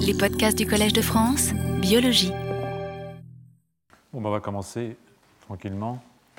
Les podcasts du Collège de France, Biologie. Bon, on va commencer tranquillement.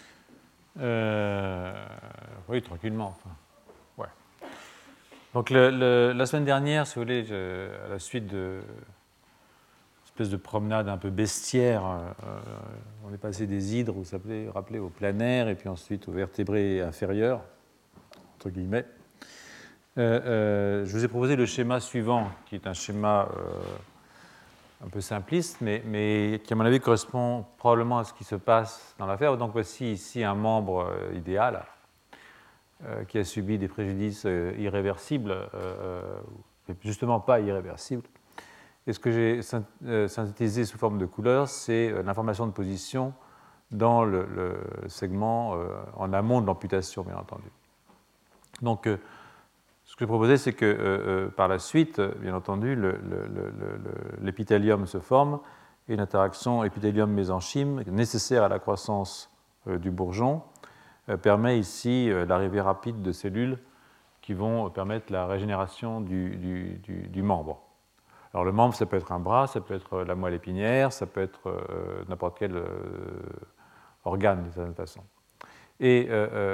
Oui, tranquillement. Enfin, ouais. Donc, la semaine dernière, si vous voulez, à la suite de espèce de promenade un peu bestiaire, on est passé des hydres, vous vous rappelez, aux planaires, et puis ensuite aux vertébrés inférieurs, entre guillemets. Je vous ai proposé le schéma suivant, qui est un schéma un peu simpliste, mais qui, à mon avis, correspond probablement à ce qui se passe dans l'affaire. Donc voici ici un membre idéal qui a subi des préjudices irréversibles, mais justement pas irréversibles. Et ce que j'ai synthétisé sous forme de couleurs, c'est l'information de position dans le segment en amont de l'amputation, bien entendu. Donc, ce que je proposais, c'est que par la suite, bien entendu, l'épithélium se forme et une interaction épithélium-mésenchyme nécessaire à la croissance du bourgeon permet ici l'arrivée rapide de cellules qui vont permettre la régénération du membre. Alors le membre, ça peut être un bras, ça peut être la moelle épinière, ça peut être n'importe quel organe de certaine façon. Et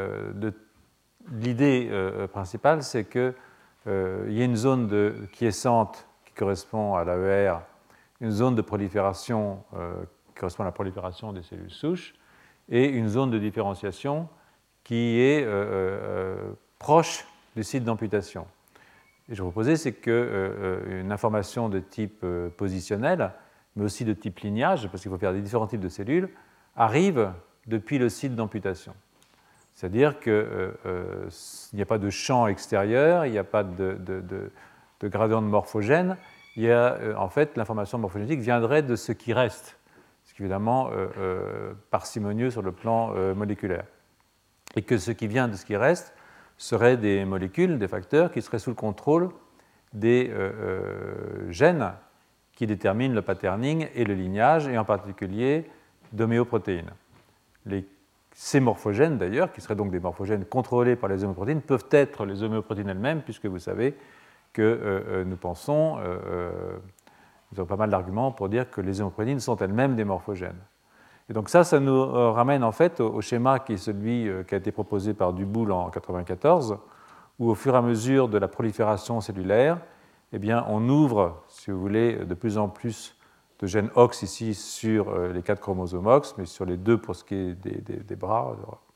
l'idée principale, c'est qu'il y a une zone quiescente qui correspond à l'AER, une zone de prolifération qui correspond à la prolifération des cellules souches, et une zone de différenciation qui est proche du site d'amputation. Et je proposais, c'est qu'une information de type positionnel, mais aussi de type lignage, parce qu'il faut faire des différents types de cellules, arrive depuis le site d'amputation. C'est-à-dire qu'il n'y a pas de champ extérieur, il n'y a pas de gradient de morphogène, il y a en fait l'information morphogénétique viendrait de ce qui reste, ce qui est évidemment parcimonieux sur le plan moléculaire. Et que ce qui vient de ce qui reste seraient des molécules, des facteurs qui seraient sous le contrôle des gènes qui déterminent le patterning et le lignage, et en particulier d'homéoprotéines. Ces morphogènes, d'ailleurs, qui seraient donc des morphogènes contrôlés par les homéoprotéines, peuvent être les homéoprotéines elles-mêmes, puisque vous savez que nous pensons, nous avons pas mal d'arguments pour dire que les homéoprotéines sont elles-mêmes des morphogènes. Et donc ça nous ramène en fait au schéma qui est celui qui a été proposé par Duboul en 1994, où au fur et à mesure de la prolifération cellulaire, eh bien, on ouvre, si vous voulez, de plus en plus de gènes OX ici sur les 4 chromosomes OX, mais sur les 2 pour ce qui est des bras,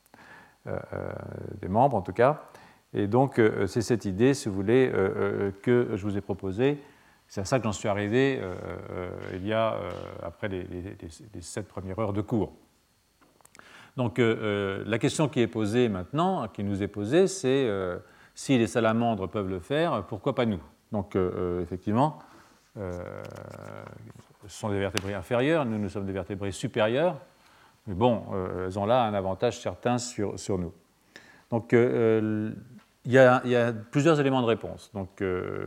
des membres en tout cas. Et donc c'est cette idée, si vous voulez, que je vous ai proposée. C'est à ça que j'en suis arrivé il y a, après les 7 premières heures de cours. Donc la question qui est posée maintenant, qui nous est posée, c'est si les salamandres peuvent le faire, pourquoi pas nous? Donc effectivement, ce sont des vertébrés inférieurs, nous sommes des vertébrés supérieurs, mais bon, elles ont là un avantage certain sur nous. Donc il y a plusieurs éléments de réponse. Donc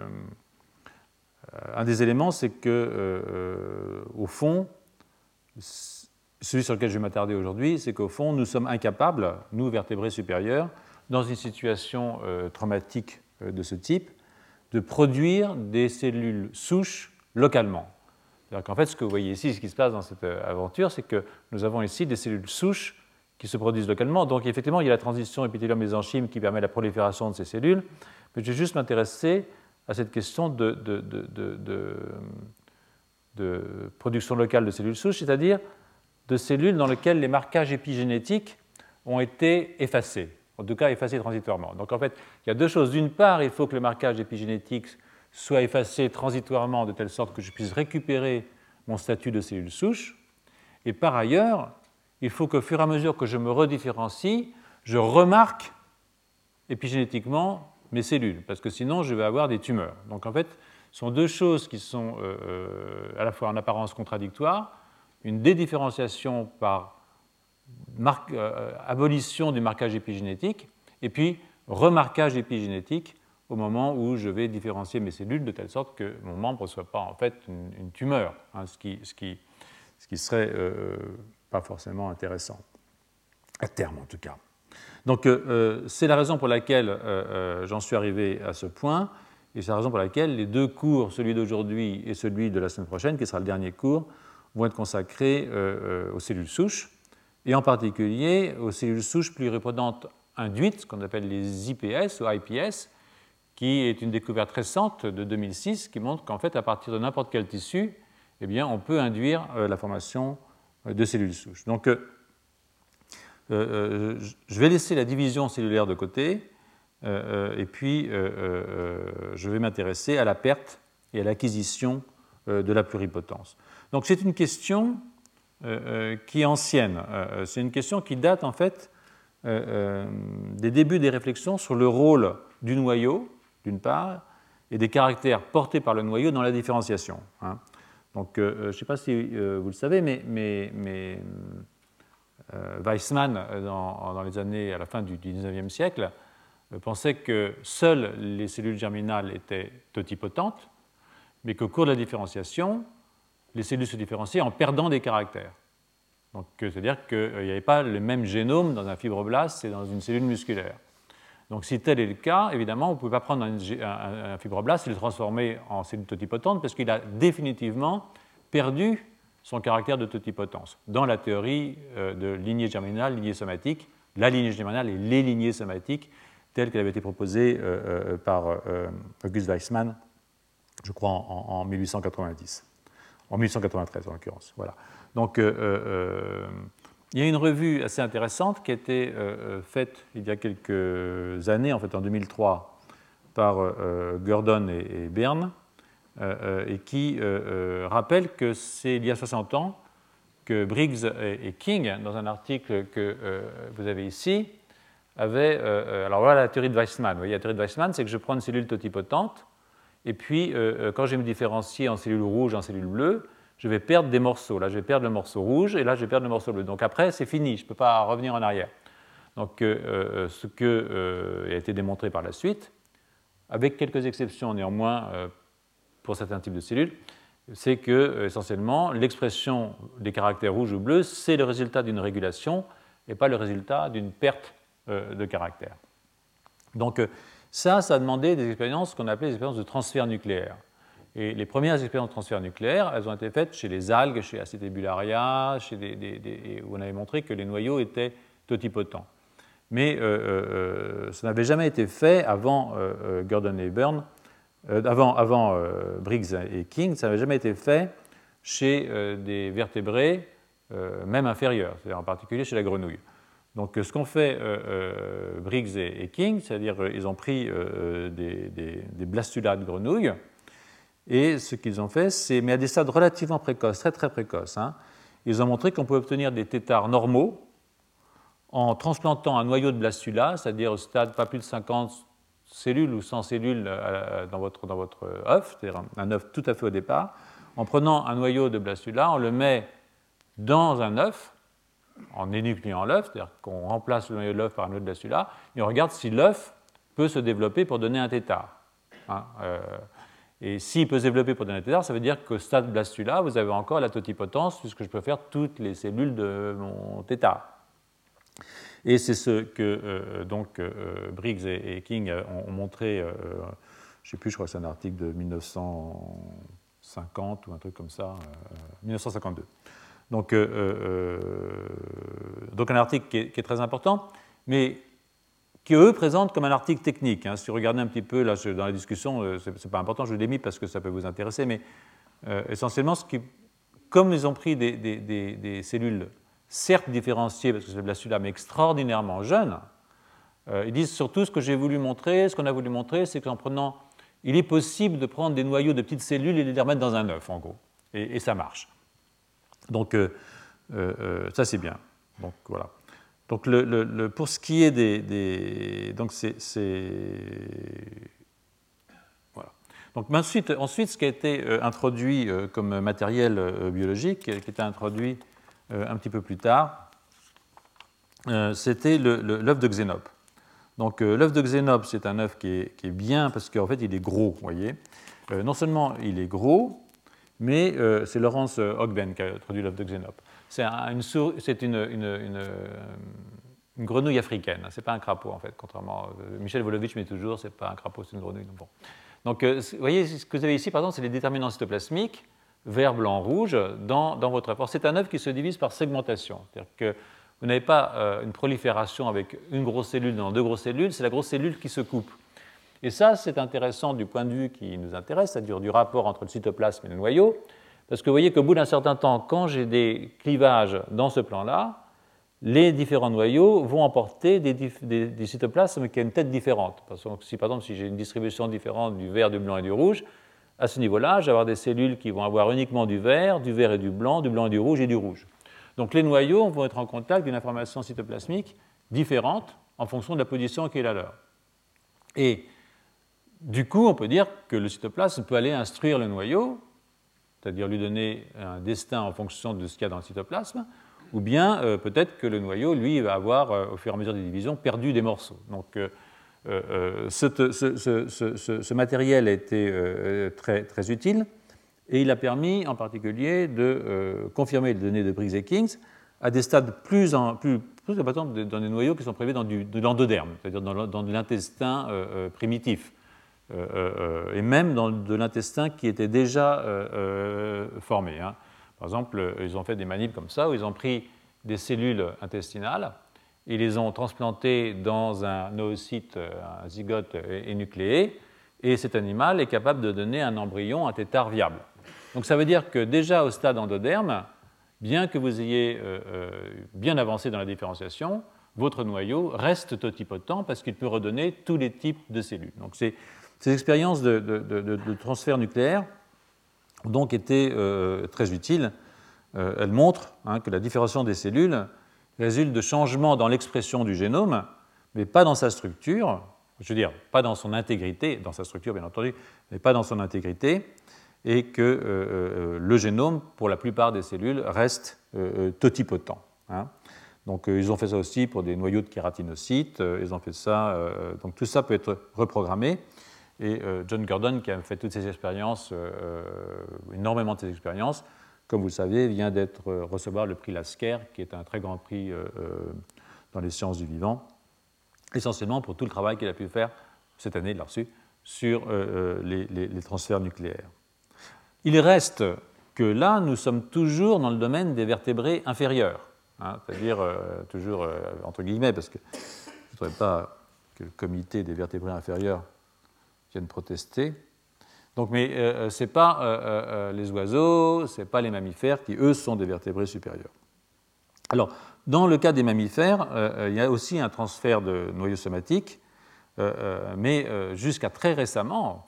un des éléments, c'est que, au fond, celui sur lequel je vais m'attarder aujourd'hui, c'est qu'au fond, nous sommes incapables, nous, vertébrés supérieurs, dans une situation traumatique de ce type, de produire des cellules souches localement. C'est-à-dire qu'en fait, ce que vous voyez ici, ce qui se passe dans cette aventure, c'est que nous avons ici des cellules souches qui se produisent localement. Donc, effectivement, il y a la transition épithélium-mésenchyme qui permet la prolifération de ces cellules. Mais je vais juste m'intéresser à cette question de production locale de cellules souches, c'est-à-dire de cellules dans lesquelles les marquages épigénétiques ont été effacés, en tout cas effacés transitoirement. Donc en fait, il y a deux choses. D'une part, il faut que le marquage épigénétique soit effacé transitoirement de telle sorte que je puisse récupérer mon statut de cellule souche. Et par ailleurs, il faut qu'au fur et à mesure que je me redifférencie, je remarque épigénétiquement mes cellules, parce que sinon je vais avoir des tumeurs. Donc en fait, ce sont deux choses qui sont à la fois en apparence contradictoires, une dédifférenciation par abolition du marquage épigénétique, et puis remarquage épigénétique au moment où je vais différencier mes cellules de telle sorte que mon membre ne soit pas en fait une tumeur, hein, ce qui serait pas forcément intéressant, à terme en tout cas. Donc c'est la raison pour laquelle j'en suis arrivé à ce point, Et c'est la raison pour laquelle les deux cours, celui d'aujourd'hui et celui de la semaine prochaine, qui sera le dernier cours, vont être consacrés aux cellules souches, et en particulier aux cellules souches pluripotentes induites, ce qu'on appelle les IPS ou IPS, qui est une découverte récente de 2006 qui montre qu'en fait, à partir de n'importe quel tissu, eh bien, on peut induire la formation de cellules souches. Donc, je vais laisser la division cellulaire de côté, et puis je vais m'intéresser à la perte et à l'acquisition de la pluripotence. Donc, c'est une question qui est ancienne. C'est une question qui date en fait des débuts des réflexions sur le rôle du noyau, d'une part, et des caractères portés par le noyau dans la différenciation. Donc, je ne sais pas si vous le savez, mais Weissmann, dans les années à la fin du XIXe siècle, pensait que seules les cellules germinales étaient totipotentes, mais qu'au cours de la différenciation, les cellules se différenciaient en perdant des caractères. Donc, c'est-à-dire qu'il n'y avait pas le même génome dans un fibroblaste et dans une cellule musculaire. Donc, si tel est le cas, évidemment, on ne peut pas prendre un fibroblaste et le transformer en cellule totipotente parce qu'il a définitivement perdu son caractère de totipotence. Dans la théorie de lignée germinale, lignée somatique, la lignée germinale et les lignées somatiques, telle qu'elle avait été proposée par August Weissmann, je crois, en 1890. En 1893, en l'occurrence. Voilà. Donc, il y a une revue assez intéressante qui a été faite il y a quelques années, en fait en 2003, par Gurdon et Byrne, et qui rappelle que c'est il y a 60 ans que Briggs et King, dans un article que vous avez ici, avaient... alors voilà la théorie de Weissmann. Vous voyez, la théorie de Weissmann, c'est que je prends une cellule totipotente, et puis quand je vais me différencier en cellule rouge et en cellule bleue, je vais perdre des morceaux. Là, je vais perdre le morceau rouge, et là, je vais perdre le morceau bleu. Donc après, c'est fini, je ne peux pas revenir en arrière. Donc ce qui a été démontré par la suite, avec quelques exceptions néanmoins pour certains types de cellules, c'est que essentiellement l'expression des caractères rouges ou bleus, c'est le résultat d'une régulation et pas le résultat d'une perte de caractères. Donc ça a demandé des expériences qu'on appelait des expériences de transfert nucléaire. Et les premières expériences de transfert nucléaire, elles ont été faites chez les algues, chez Acetobularia, où on avait montré que les noyaux étaient totipotents. Mais ça n'avait jamais été fait avant Gurdon et Byrne, avant Briggs et King, ça n'avait jamais été fait chez des vertébrés même inférieurs, c'est-à-dire en particulier chez la grenouille. Donc ce qu'ont fait Briggs et King, c'est-à-dire ils ont pris des blastula de grenouilles, et ce qu'ils ont fait, c'est, mais à des stades relativement précoces, très très précoces, ils ont montré qu'on peut obtenir des têtards normaux en transplantant un noyau de blastula, c'est-à-dire au stade pas plus de 50 cellules ou 100 cellules dans votre œuf, c'est-à-dire un œuf tout à fait au départ, en prenant un noyau de blastula, on le met dans un œuf, en énucléant l'œuf, c'est-à-dire qu'on remplace le noyau de l'œuf par un noyau de blastula, et on regarde si l'œuf peut se développer pour donner un tétard. Et s'il peut se développer pour donner un tétard, ça veut dire qu'au stade blastula, vous avez encore la totipotence, puisque je peux faire toutes les cellules de mon tétard. Et c'est ce que Briggs et King ont montré, je ne sais plus, je crois que c'est un article de 1950 ou un truc comme ça, 1952. Donc un article qui est très important, mais qui, eux, présentent comme un article technique. Si vous regardez un petit peu là, dans la discussion, ce n'est pas important, je l'ai mis parce que ça peut vous intéresser, mais essentiellement, comme ils ont pris des cellules certes différenciées, parce que c'est le blastula, mais extraordinairement jeunes, ils disent surtout ce que j'ai voulu montrer, ce qu'on a voulu montrer, c'est qu'en prenant, il est possible de prendre des noyaux de petites cellules et de les remettre dans un œuf, en gros, et ça marche. Donc, ça, c'est bien. Donc, voilà. Donc, pour ce qui est donc, voilà. Donc, ensuite, ce qui a été introduit comme matériel biologique, qui était introduit un petit peu plus tard, c'était l'œuf de Xénope. Donc, l'œuf de Xénope, c'est un œuf qui est bien parce qu'en fait, il est gros, vous voyez. Non seulement il est gros, mais c'est Lawrence Ogden qui a introduit l'œuf de Xénope. C'est une grenouille africaine, ce n'est pas un crapaud en fait, contrairement à Michel Volovitch, mais toujours, ce n'est pas un crapaud, c'est une grenouille. Bon. Donc, vous voyez, ce que vous avez ici, par exemple, c'est les déterminants cytoplasmiques, vert, blanc, rouge, dans votre œuf. C'est un œuf qui se divise par segmentation. C'est-à-dire que vous n'avez pas une prolifération avec une grosse cellule dans deux grosses cellules, c'est la grosse cellule qui se coupe. Et ça, c'est intéressant du point de vue qui nous intéresse, c'est-à-dire du rapport entre le cytoplasme et le noyau, parce que vous voyez qu'au bout d'un certain temps, quand j'ai des clivages dans ce plan-là, les différents noyaux vont emporter des cytoplasmes qui ont une tête différente. Parce que si, par exemple, si j'ai une distribution différente du vert, du blanc et du rouge, à ce niveau-là, je vais avoir des cellules qui vont avoir uniquement du vert et du blanc et du rouge et du rouge. Donc les noyaux vont être en contact d'une information cytoplasmique différente en fonction de la position qui est la leur. Et du coup, on peut dire que le cytoplasme peut aller instruire le noyau, c'est-à-dire lui donner un destin en fonction de ce qu'il y a dans le cytoplasme, ou bien peut-être que le noyau, lui, va avoir, au fur et à mesure des divisions, perdu des morceaux. Donc ce matériel a été très, très utile, et il a permis en particulier de confirmer les données de Briggs et Kings à des stades plus importants dans des noyaux qui sont prélevés dans de l'endoderme, c'est-à-dire dans de l'intestin primitif, et même dans de l'intestin qui était déjà formé. Hein. Par exemple, ils ont fait des manips comme ça, où ils ont pris des cellules intestinales, ils les ont transplantées dans un oocyte, un zygote énucléé, et cet animal est capable de donner un embryon, un tétard viable. Donc ça veut dire que déjà au stade endoderme, bien que vous ayez bien avancé dans la différenciation, votre noyau reste totipotent parce qu'il peut redonner tous les types de cellules. Donc ces expériences de transfert nucléaire ont donc été très utiles. Elles montrent que la différenciation des cellules résulte de changements dans l'expression du génome, mais pas dans sa structure, je veux dire, pas dans son intégrité, dans sa structure bien entendu, mais pas dans son intégrité, et que le génome, pour la plupart des cellules, reste totipotent. Hein. Donc ils ont fait ça aussi pour des noyaux de kératinocytes, ils ont fait ça, donc tout ça peut être reprogrammé. Et John Gurdon, qui a fait toutes ces expériences, énormément de ces expériences, comme vous le savez, vient d'être recevoir le prix Lasker, qui est un très grand prix dans les sciences du vivant, essentiellement pour tout le travail qu'il a pu faire cette année, il l'a reçu, sur les transferts nucléaires. Il reste que là, nous sommes toujours dans le domaine des vertébrés inférieurs, hein, c'est-à-dire toujours entre guillemets, parce que je ne voudrais pas que le comité des vertébrés inférieurs vienne protester. Donc, mais ce n'est pas les oiseaux, ce n'est pas les mammifères qui, eux, sont des vertébrés supérieurs. Alors, dans le cas des mammifères, il y a aussi un transfert de noyaux somatiques, mais jusqu'à très récemment,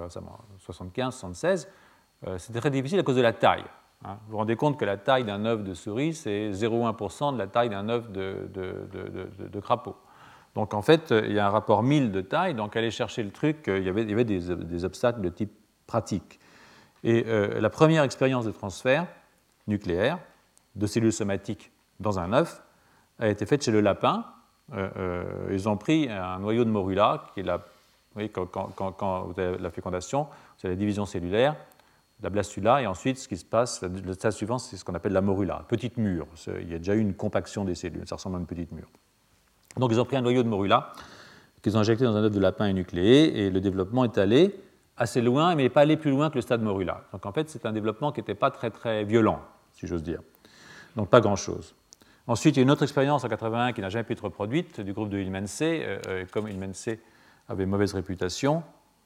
75, 76, c'était très difficile à cause de la taille. Hein. Vous vous rendez compte que la taille d'un œuf de souris, c'est 0,1% de la taille d'un œuf de crapaud. Donc en fait, il y a un rapport 1000 de taille, donc aller chercher le truc, il y avait des obstacles de type pratique. Et la première expérience de transfert nucléaire de cellules somatiques dans un œuf a été faite chez le lapin. Ils ont pris un noyau de morula, qui est vous voyez, quand vous avez la fécondation, c'est la division cellulaire, la blastula, et ensuite, ce qui se passe, le stade suivant, c'est ce qu'on appelle la morula, petite mûre. Il y a déjà eu une compaction des cellules, ça ressemble à une petite mûre. Donc, ils ont pris un noyau de morula qu'ils ont injecté dans un œuf de lapin énucléé, et le développement est allé assez loin, mais pas allé plus loin que le stade morula. Donc, en fait, c'est un développement qui n'était pas très, très violent, si j'ose dire. Donc, pas grand-chose. Ensuite, il y a une autre expérience en 1981 qui n'a jamais pu être reproduite, du groupe de Ilmense. Comme Ilmense avait mauvaise réputation,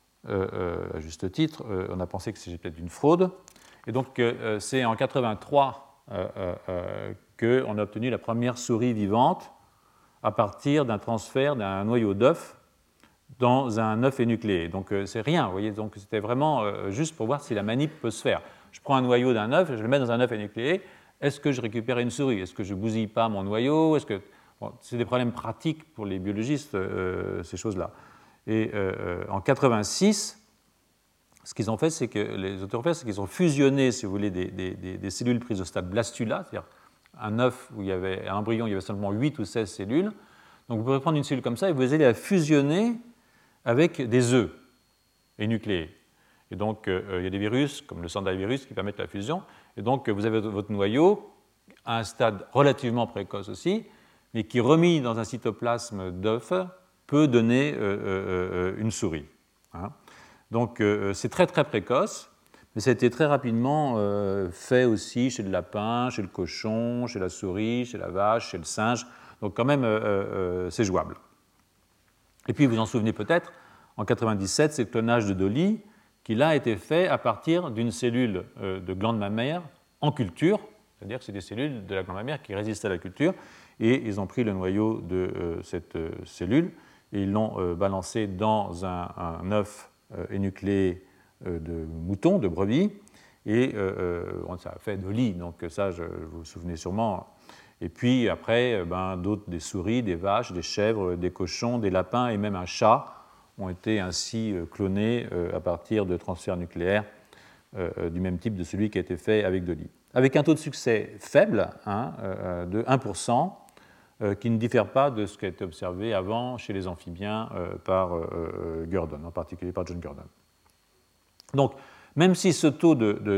à juste titre, on a pensé que c'était peut-être une fraude. Et donc, c'est en 1983 qu'on a obtenu la première souris vivante à partir d'un transfert d'un noyau d'œuf dans un œuf énucléé. Donc, c'est rien, vous voyez. Donc, c'était vraiment juste pour voir si la manip peut se faire. Je prends un noyau d'un œuf, je le mets dans un œuf énucléé. Est-ce que je récupère une souris? Est-ce que je ne bousille pas mon noyau? Bon, c'est des problèmes pratiques pour les biologistes, ces choses-là. Et en 1986, ce qu'ils ont fait, c'est que les auteurs ont fait, c'est qu'ils ont fusionné, si vous voulez, des cellules prises au stade blastula, c'est-à-dire un œuf où il y avait un embryon, il y avait seulement 8 ou 16 cellules. Donc vous pouvez prendre une cellule comme ça et vous allez la fusionner avec des œufs énucléés. Et donc il y a des virus, comme le Sendai virus, qui permettent la fusion. Et donc vous avez votre noyau à un stade relativement précoce aussi, mais qui, remis dans un cytoplasme d'œuf, peut donner une souris. Hein. Donc c'est très très précoce, mais ça a été très rapidement fait aussi chez le lapin, chez le cochon, chez la souris, chez la vache, chez le singe. Donc quand même, c'est jouable. Et puis vous vous en souvenez peut-être, en 1997, c'est le clonage de Dolly qui là a été fait à partir d'une cellule de glande mammaire en culture, c'est-à-dire que c'est des cellules de la glande mammaire qui résistent à la culture, et ils ont pris le noyau de cette cellule et ils l'ont balancé dans un œuf énucléé de mouton, de brebis, et ça a fait Dolly, donc ça, vous vous souvenez sûrement. Et puis après, d'autres, des souris, des vaches, des chèvres, des cochons, des lapins et même un chat ont été ainsi clonés à partir de transferts nucléaires du même type de celui qui a été fait avec Dolly. Avec un taux de succès faible, de 1%, qui ne diffère pas de ce qui a été observé avant chez les amphibiens par Gurdon, en particulier par John Gurdon. Donc, même si ce taux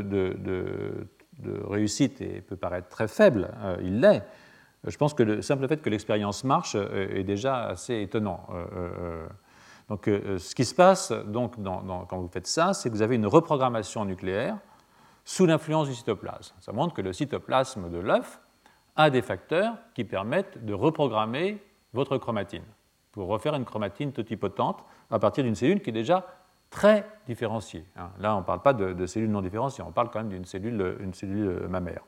de réussite peut paraître très faible, il l'est, je pense que le simple fait que l'expérience marche est déjà assez étonnant. Donc, ce qui se passe donc, quand vous faites ça, c'est que vous avez une reprogrammation nucléaire sous l'influence du cytoplasme. Ça montre que le cytoplasme de l'œuf a des facteurs qui permettent de reprogrammer votre chromatine pour refaire une chromatine totipotente à partir d'une cellule qui est déjà très différenciée. Là, on ne parle pas de cellules non différenciées, on parle quand même d'une cellule mammaire.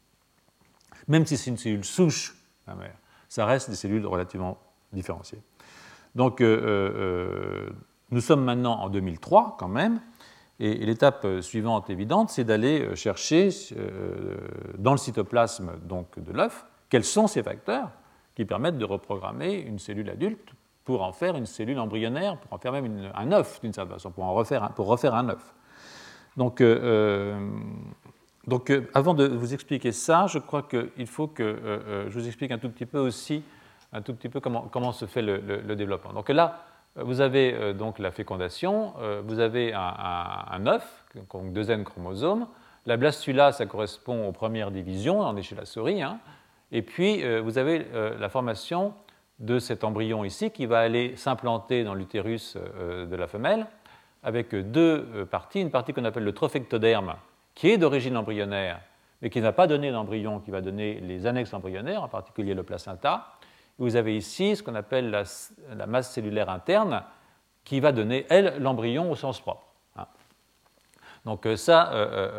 Même si c'est une cellule souche mammaire, ça reste des cellules relativement différenciées. Donc, nous sommes maintenant en 2003 quand même, et l'étape suivante évidente, c'est d'aller chercher dans le cytoplasme donc, de l'œuf quels sont ces facteurs qui permettent de reprogrammer une cellule adulte pour en faire une cellule embryonnaire, pour en faire même un œuf d'une certaine façon, pour refaire un œuf. Donc, avant de vous expliquer ça, je crois qu'il faut que je vous explique un tout petit peu aussi comment se fait le développement. Donc là, vous avez donc la fécondation, vous avez un œuf, donc 2 N chromosomes. La blastula, ça correspond aux premières divisions, on est chez la souris, et puis vous avez la formation de cet embryon ici qui va aller s'implanter dans l'utérus de la femelle avec 2 parties, une partie qu'on appelle le trophectoderme, qui est d'origine embryonnaire, mais qui n'a pas donné d'embryon, qui va donner les annexes embryonnaires, en particulier le placenta. Vous avez ici ce qu'on appelle la masse cellulaire interne, qui va donner, elle, l'embryon au sens propre. Donc ça,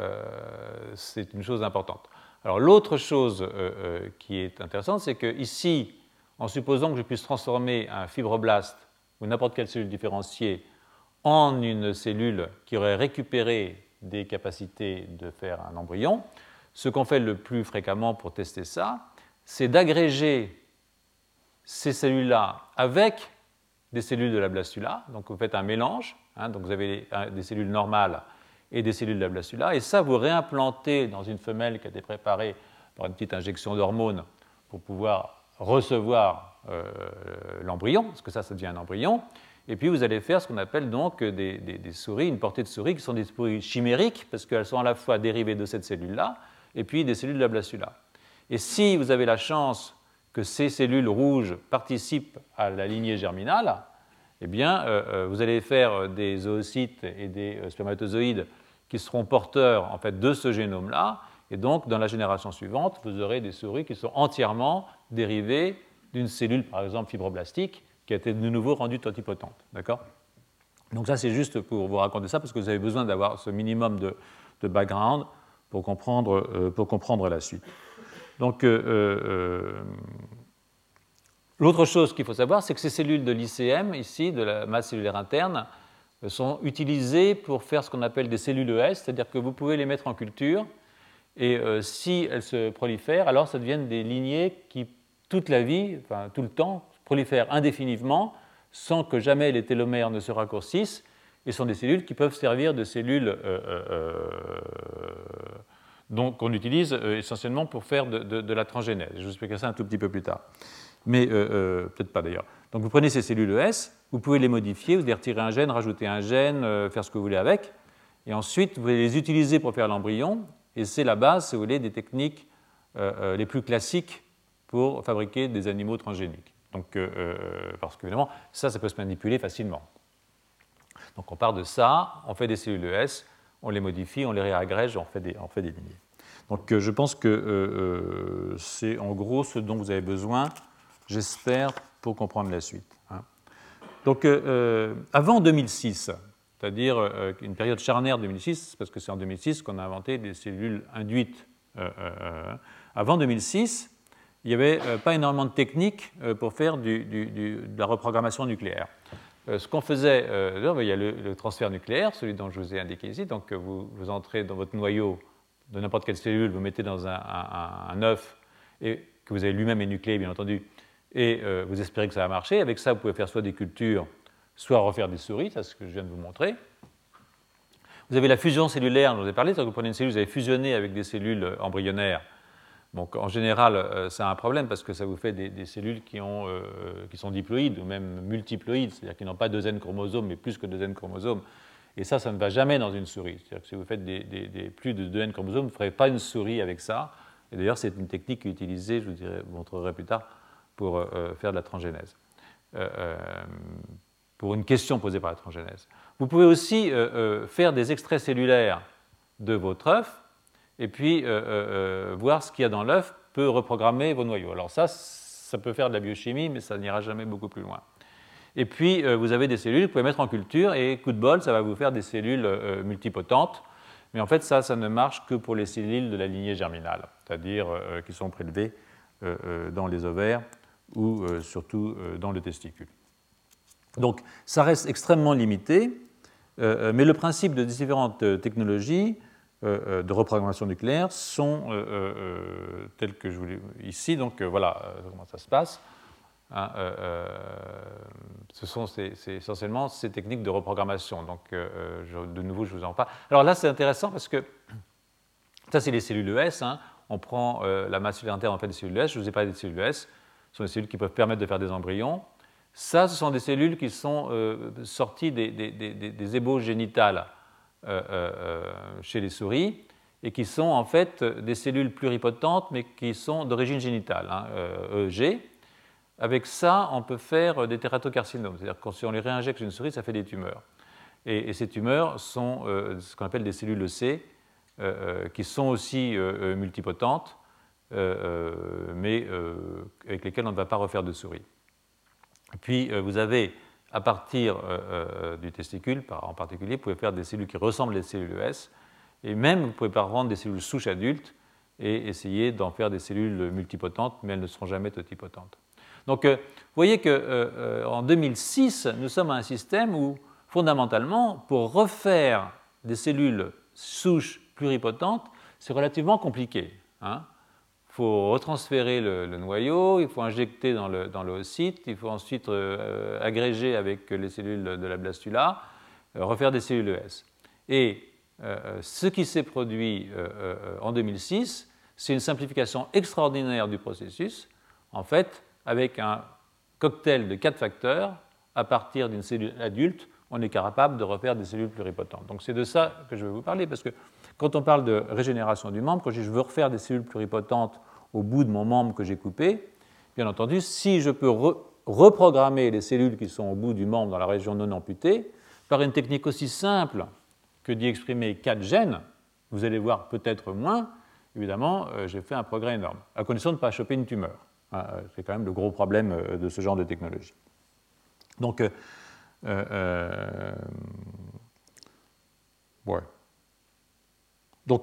c'est une chose importante. Alors l'autre chose qui est intéressante, c'est que ici, en supposant que je puisse transformer un fibroblaste ou n'importe quelle cellule différenciée en une cellule qui aurait récupéré des capacités de faire un embryon, ce qu'on fait le plus fréquemment pour tester ça, c'est d'agréger ces cellules-là avec des cellules de la blastula. Donc vous faites un mélange, donc vous avez des cellules normales et des cellules de la blastula, et ça vous réimplantez dans une femelle qui a été préparée par une petite injection d'hormones pour pouvoir recevoir l'embryon, parce que ça devient un embryon, et puis vous allez faire ce qu'on appelle donc des souris, une portée de souris qui sont des souris chimériques, parce qu'elles sont à la fois dérivées de cette cellule-là, et puis des cellules de la blastula. Et si vous avez la chance que ces cellules rouges participent à la lignée germinale, eh bien, vous allez faire des oocytes et des spermatozoïdes qui seront porteurs en fait, de ce génome-là, et donc dans la génération suivante, vous aurez des souris qui sont entièrement dérivées d'une cellule, par exemple fibroblastique, qui a été de nouveau rendue totipotente. D'accord ? Donc ça, c'est juste pour vous raconter ça, parce que vous avez besoin d'avoir ce minimum de background pour comprendre la suite. Donc, l'autre chose qu'il faut savoir, c'est que ces cellules de l'ICM, ici, de la masse cellulaire interne, sont utilisées pour faire ce qu'on appelle des cellules ES, c'est-à-dire que vous pouvez les mettre en culture, et si elles se prolifèrent, alors ça deviennent des lignées qui, toute la vie, enfin tout le temps, prolifèrent indéfiniment, sans que jamais les télomères ne se raccourcissent, et sont des cellules qui peuvent servir de cellules qu'on utilise essentiellement pour faire de la transgénèse. Je vous expliquerai ça un tout petit peu plus tard. Mais peut-être pas d'ailleurs. Donc vous prenez ces cellules ES, vous pouvez les modifier, vous allez retirer un gène, rajouter un gène, faire ce que vous voulez avec, et ensuite vous allez les utiliser pour faire l'embryon, et c'est la base, si vous voulez, des techniques les plus classiques pour fabriquer des animaux transgéniques. Donc, parce qu'évidemment, ça peut se manipuler facilement. Donc on part de ça, on fait des cellules ES, on les modifie, on les réagrège, on fait des lignées. Donc je pense que c'est en gros ce dont vous avez besoin, j'espère, pour comprendre la suite. Donc avant 2006, c'est-à-dire une période charnière 2006, parce que c'est en 2006 qu'on a inventé des cellules induites. Avant 2006, il n'y avait pas énormément de techniques pour faire de la reprogrammation nucléaire. Ce qu'on faisait, il y a le transfert nucléaire, celui dont je vous ai indiqué ici. Donc vous entrez dans votre noyau de n'importe quelle cellule, vous mettez dans un œuf et que vous avez lui-même énucléé, bien entendu, et vous espérez que ça va marcher. Avec ça, vous pouvez faire soit des cultures, soit refaire des souris, c'est ce que je viens de vous montrer. Vous avez la fusion cellulaire, dont je vous ai parlé, c'est-à-dire que vous prenez une cellule, vous avez fusionné avec des cellules embryonnaires. Donc en général, ça a un problème parce que ça vous fait des cellules qui sont diploïdes ou même multiploïdes, c'est-à-dire qui n'ont pas 2 N chromosomes, mais plus que 2 N chromosomes. Et ça ne va jamais dans une souris. C'est-à-dire que si vous faites plus de 2 N chromosomes, vous ne ferez pas une souris avec ça. Et d'ailleurs, c'est une technique qui est utilisée, je vous montrerai plus tard, pour faire de la transgénèse. Pour une question posée par la transgénèse. Vous pouvez aussi faire des extraits cellulaires de votre œuf et puis voir ce qu'il y a dans l'œuf peut reprogrammer vos noyaux. Alors ça peut faire de la biochimie, mais ça n'ira jamais beaucoup plus loin. Et puis vous avez des cellules que vous pouvez mettre en culture et coup de bol, ça va vous faire des cellules multipotentes. Mais en fait, ça ne marche que pour les cellules de la lignée germinale, c'est-à-dire qui sont prélevées dans les ovaires ou surtout dans le testicule. Donc ça reste extrêmement limité, mais le principe de différentes technologies de reprogrammation nucléaire sont tels que je vous l'ai ici. Donc voilà comment ça se passe. C'est essentiellement ces techniques de reprogrammation. Donc de nouveau, je vous en parle. Alors là, c'est intéressant parce que ça, c'est les cellules ES. On prend la masse cellulaire interne, on fait des cellules ES. Je vous ai parlé des cellules ES. Ce sont des cellules qui peuvent permettre de faire des embryons. Ça, ce sont des cellules qui sont sorties des ébauches génitales chez les souris et qui sont en fait des cellules pluripotentes mais qui sont d'origine génitale, EG. Avec ça, on peut faire des tératocarcinomes, c'est-à-dire que si on les réinjecte chez une souris, ça fait des tumeurs. Et ces tumeurs sont ce qu'on appelle des cellules C, qui sont aussi multipotentes, mais avec lesquelles on ne va pas refaire de souris. Puis vous avez, à partir du testicule, en particulier, vous pouvez faire des cellules qui ressemblent aux cellules ES, et même vous pouvez prendre des cellules souches adultes et essayer d'en faire des cellules multipotentes, mais elles ne seront jamais totipotentes. Donc vous voyez qu'en 2006, nous sommes à un système où, fondamentalement, pour refaire des cellules souches pluripotentes, c'est relativement compliqué. Il faut retransférer le noyau, il faut injecter dans le oocyte, il faut ensuite agréger avec les cellules de la blastula, refaire des cellules ES. Et ce qui s'est produit en 2006, c'est une simplification extraordinaire du processus, en fait, avec un cocktail de 4 facteurs. À partir d'une cellule adulte, on est capable de refaire des cellules pluripotentes. Donc c'est de ça que je vais vous parler, parce que quand on parle de régénération du membre, quand je veux refaire des cellules pluripotentes au bout de mon membre que j'ai coupé, bien entendu, si je peux reprogrammer les cellules qui sont au bout du membre dans la région non amputée, par une technique aussi simple que d'y exprimer 4 gènes, vous allez voir peut-être moins, évidemment, j'ai fait un progrès énorme, à condition de ne pas choper une tumeur. C'est quand même le gros problème de ce genre de technologie. Donc, ouais. Donc,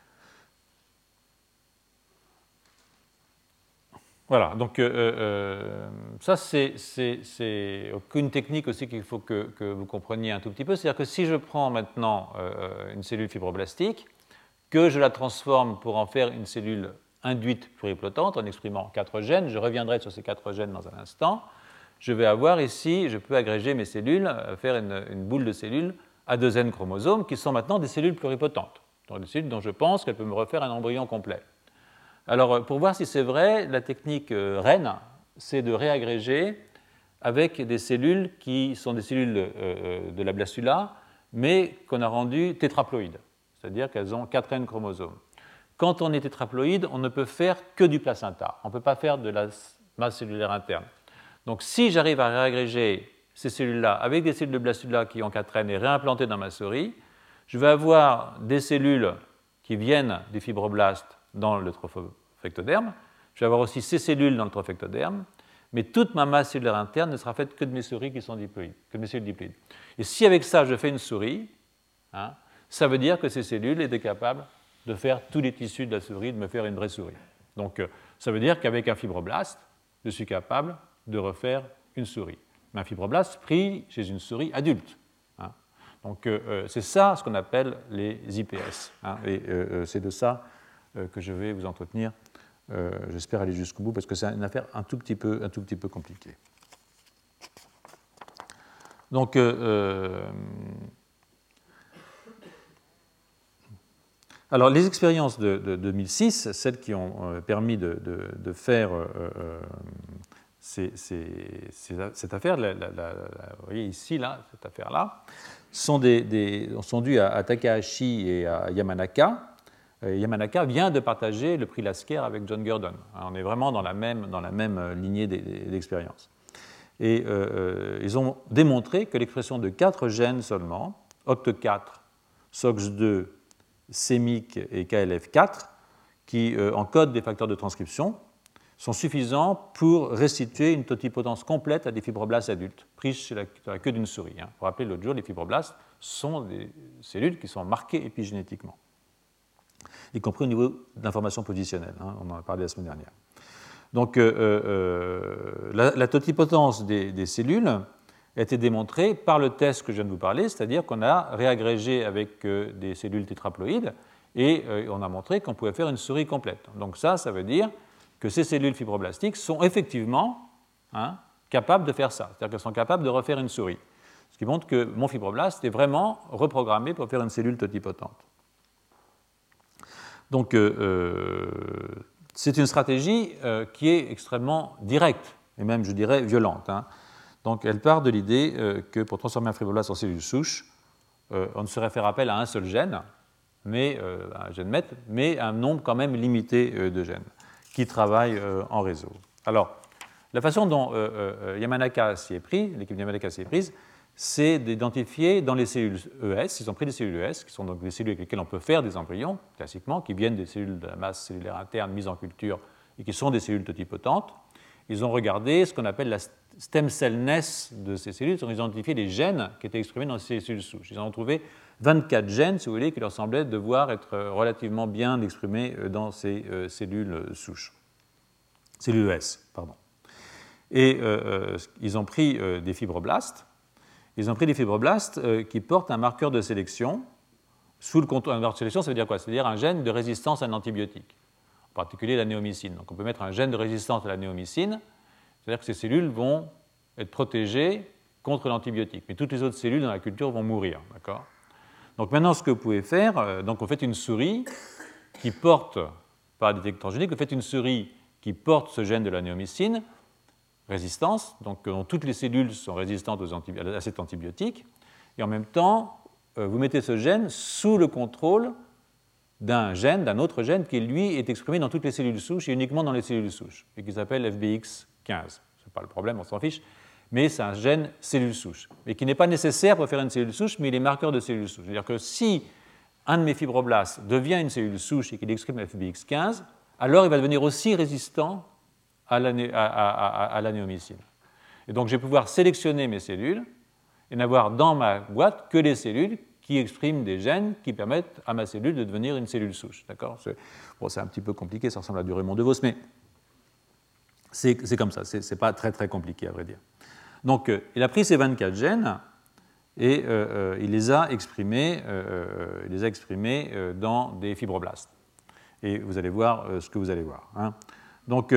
voilà. Donc, ça, c'est une technique aussi qu'il faut que vous compreniez un tout petit peu. C'est-à-dire que si je prends maintenant une cellule fibroblastique, que je la transforme pour en faire une cellule induite pluripotente en exprimant 4 gènes. Je reviendrai sur ces 4 gènes dans un instant. Je vais avoir ici, je peux agréger mes cellules, faire une boule de cellules à 2 N chromosomes qui sont maintenant des cellules pluripotentes, donc des cellules dont je pense qu'elles peuvent me refaire un embryon complet. Alors, pour voir si c'est vrai, la technique reine, c'est de réagréger avec des cellules qui sont des cellules de la blastula, mais qu'on a rendues tétraploïdes, c'est-à-dire qu'elles ont 4 N chromosomes. Quand on est tétraploïde, on ne peut faire que du placenta. On ne peut pas faire de la masse cellulaire interne. Donc si j'arrive à réagréger ces cellules-là avec des cellules de blastula qui encatrènent et réimplantées dans ma souris, je vais avoir des cellules qui viennent des fibroblastes dans le trophectoderme. Je vais avoir aussi ces cellules dans le trophectoderme, mais toute ma masse cellulaire interne ne sera faite que de mes souris qui sont diploïdes, que de mes cellules diploïdes. Et si avec ça je fais une souris, ça veut dire que ces cellules étaient capables de faire tous les tissus de la souris, de me faire une vraie souris. Donc ça veut dire qu'avec un fibroblaste, je suis capable de refaire une souris. Mais un fibroblaste pris chez une souris adulte. Donc c'est ça ce qu'on appelle les IPS. Et c'est de ça que je vais vous entretenir. J'espère aller jusqu'au bout parce que c'est une affaire un tout petit peu compliquée. Donc alors les expériences de 2006, celles qui ont permis de faire cette affaire, vous voyez ici, là, cette affaire-là, sont dues à Takahashi et à Yamanaka. Yamanaka vient de partager le prix Lasker avec John Gurdon. On est vraiment dans la même lignée d'expérience. Et ils ont démontré que l'expression de 4 gènes seulement, OCT4, SOX2, CEMIC et KLF4, qui encodent des facteurs de transcription, sont suffisants pour restituer une totipotence complète à des fibroblastes adultes, pris dans la queue d'une souris. Vous vous rappelez, l'autre jour, les fibroblastes sont des cellules qui sont marquées épigénétiquement, y compris au niveau d'information positionnelle. On en a parlé la semaine dernière. Donc, la totipotence des cellules a été démontrée par le test que je viens de vous parler, c'est-à-dire qu'on a réagrégé avec des cellules tétraploïdes et on a montré qu'on pouvait faire une souris complète. Donc ça veut dire que ces cellules fibroblastiques sont effectivement capables de faire ça, c'est-à-dire qu'elles sont capables de refaire une souris, ce qui montre que mon fibroblaste est vraiment reprogrammé pour faire une cellule totipotente. Donc c'est une stratégie qui est extrêmement directe et même, je dirais, violente. Donc elle part de l'idée que pour transformer un fibroblaste en cellule souche, on ne saurait faire appel à un seul gène, mais un gène maître, mais un nombre quand même limité de gènes qui travaillent en réseau. Alors, la façon dont Yamanaka s'y est pris, l'équipe Yamanaka s'y est prise, c'est d'identifier dans les cellules ES, ils ont pris des cellules ES, qui sont donc des cellules avec lesquelles on peut faire des embryons, classiquement, qui viennent des cellules de la masse cellulaire interne mises en culture et qui sont des cellules totipotentes. Ils ont regardé ce qu'on appelle la stem cell-ness de ces cellules, ils ont identifié les gènes qui étaient exprimés dans ces cellules souches. Ils en ont trouvé 24 gènes, si vous voulez, qui leur semblaient devoir être relativement bien exprimés dans ces cellules souches. Cellules ES, pardon. Et ils ont pris des fibroblastes. Ils ont pris des fibroblastes qui portent un marqueur de sélection. Sous le contrôle, un marqueur de sélection, ça veut dire quoi? Ça veut dire un gène de résistance à un antibiotique, en particulier la néomycine. Donc on peut mettre un gène de résistance à la néomycine, c'est-à-dire que ces cellules vont être protégées contre l'antibiotique. Mais toutes les autres cellules dans la culture vont mourir. D'accord? Donc maintenant, ce que vous pouvez faire, donc vous faites une souris qui porte, par détecteur génique, vous faites une souris qui porte ce gène de la néomycine, résistance, donc dont toutes les cellules sont résistantes à cet antibiotique, et en même temps, vous mettez ce gène sous le contrôle d'un autre gène qui, lui, est exprimé dans toutes les cellules souches et uniquement dans les cellules souches, et qui s'appelle FBX15. Ce n'est pas le problème, on s'en fiche, mais c'est un gène cellule souche, et qui n'est pas nécessaire pour faire une cellule souche, mais il est marqueur de cellule souche. C'est-à-dire que si un de mes fibroblastes devient une cellule souche et qu'il exprime FBX15, alors il va devenir aussi résistant à la néomycine. Et donc je vais pouvoir sélectionner mes cellules et n'avoir dans ma boîte que les cellules qui expriment des gènes qui permettent à ma cellule de devenir une cellule souche. D'accord ? C'est un petit peu compliqué, ça ressemble à du Raymond DeVos, mais c'est comme ça, c'est pas très très compliqué à vrai dire. Donc il a pris ces 24 gènes et il les a exprimés dans des fibroblastes. Et vous allez voir ce que vous allez voir. Donc,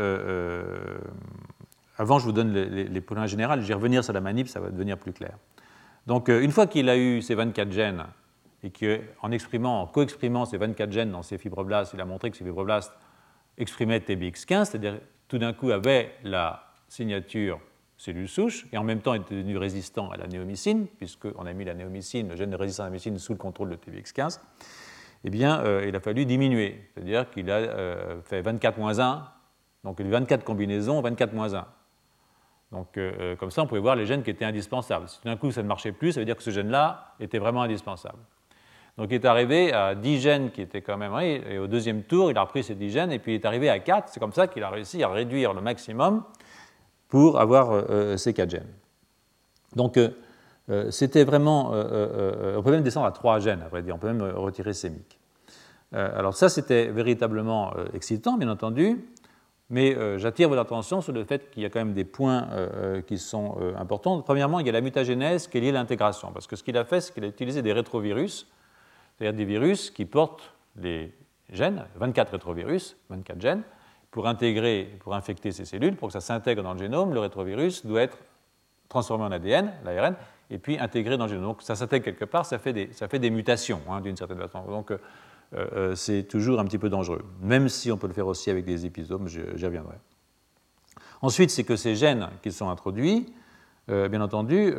avant, je vous donne les points généraux. Je vais revenir sur la manip, ça va devenir plus clair. Donc, une fois qu'il a eu ces 24 gènes et qu'en co-exprimant ces 24 gènes dans ces fibroblastes, il a montré que ces fibroblastes exprimaient TBX15, c'est-à-dire tout d'un coup avaient la signature cellule souche et en même temps étaient devenus résistants à la néomycine, puisqu'on a mis la néomycine, le gène de résistance à la néomycine, sous le contrôle de TBX15. Eh bien, il a fallu diminuer, c'est-à-dire qu'il a fait 24-1, donc 24 combinaisons, 24-1. Donc, comme ça, on pouvait voir les gènes qui étaient indispensables. Si tout d'un coup ça ne marchait plus, ça veut dire que ce gène-là était vraiment indispensable. Donc, il est arrivé à 10 gènes qui étaient quand même... Et au deuxième tour, il a repris ces 10 gènes et puis il est arrivé à 4. C'est comme ça qu'il a réussi à réduire le maximum pour avoir ces 4 gènes. Donc, c'était vraiment... on peut même descendre à 3 gènes, à vrai dire. On peut même retirer ces MYC. Alors ça, c'était véritablement excitant, bien entendu. Mais j'attire votre attention sur le fait qu'il y a quand même des points qui sont importants. Premièrement, il y a la mutagénèse qui est liée à l'intégration. Parce que ce qu'il a fait, c'est qu'il a utilisé des rétrovirus, c'est-à-dire des virus qui portent les gènes, 24 rétrovirus, 24 gènes, pour infecter ces cellules, pour que ça s'intègre dans le génome. Le rétrovirus doit être transformé en ADN, l'ARN, et puis intégré dans le génome. Donc ça s'intègre quelque part, ça fait des mutations, d'une certaine façon. Donc c'est toujours un petit peu dangereux, même si on peut le faire aussi avec des épisomes, j'y reviendrai. Ensuite, c'est que ces gènes qui sont introduits, bien entendu,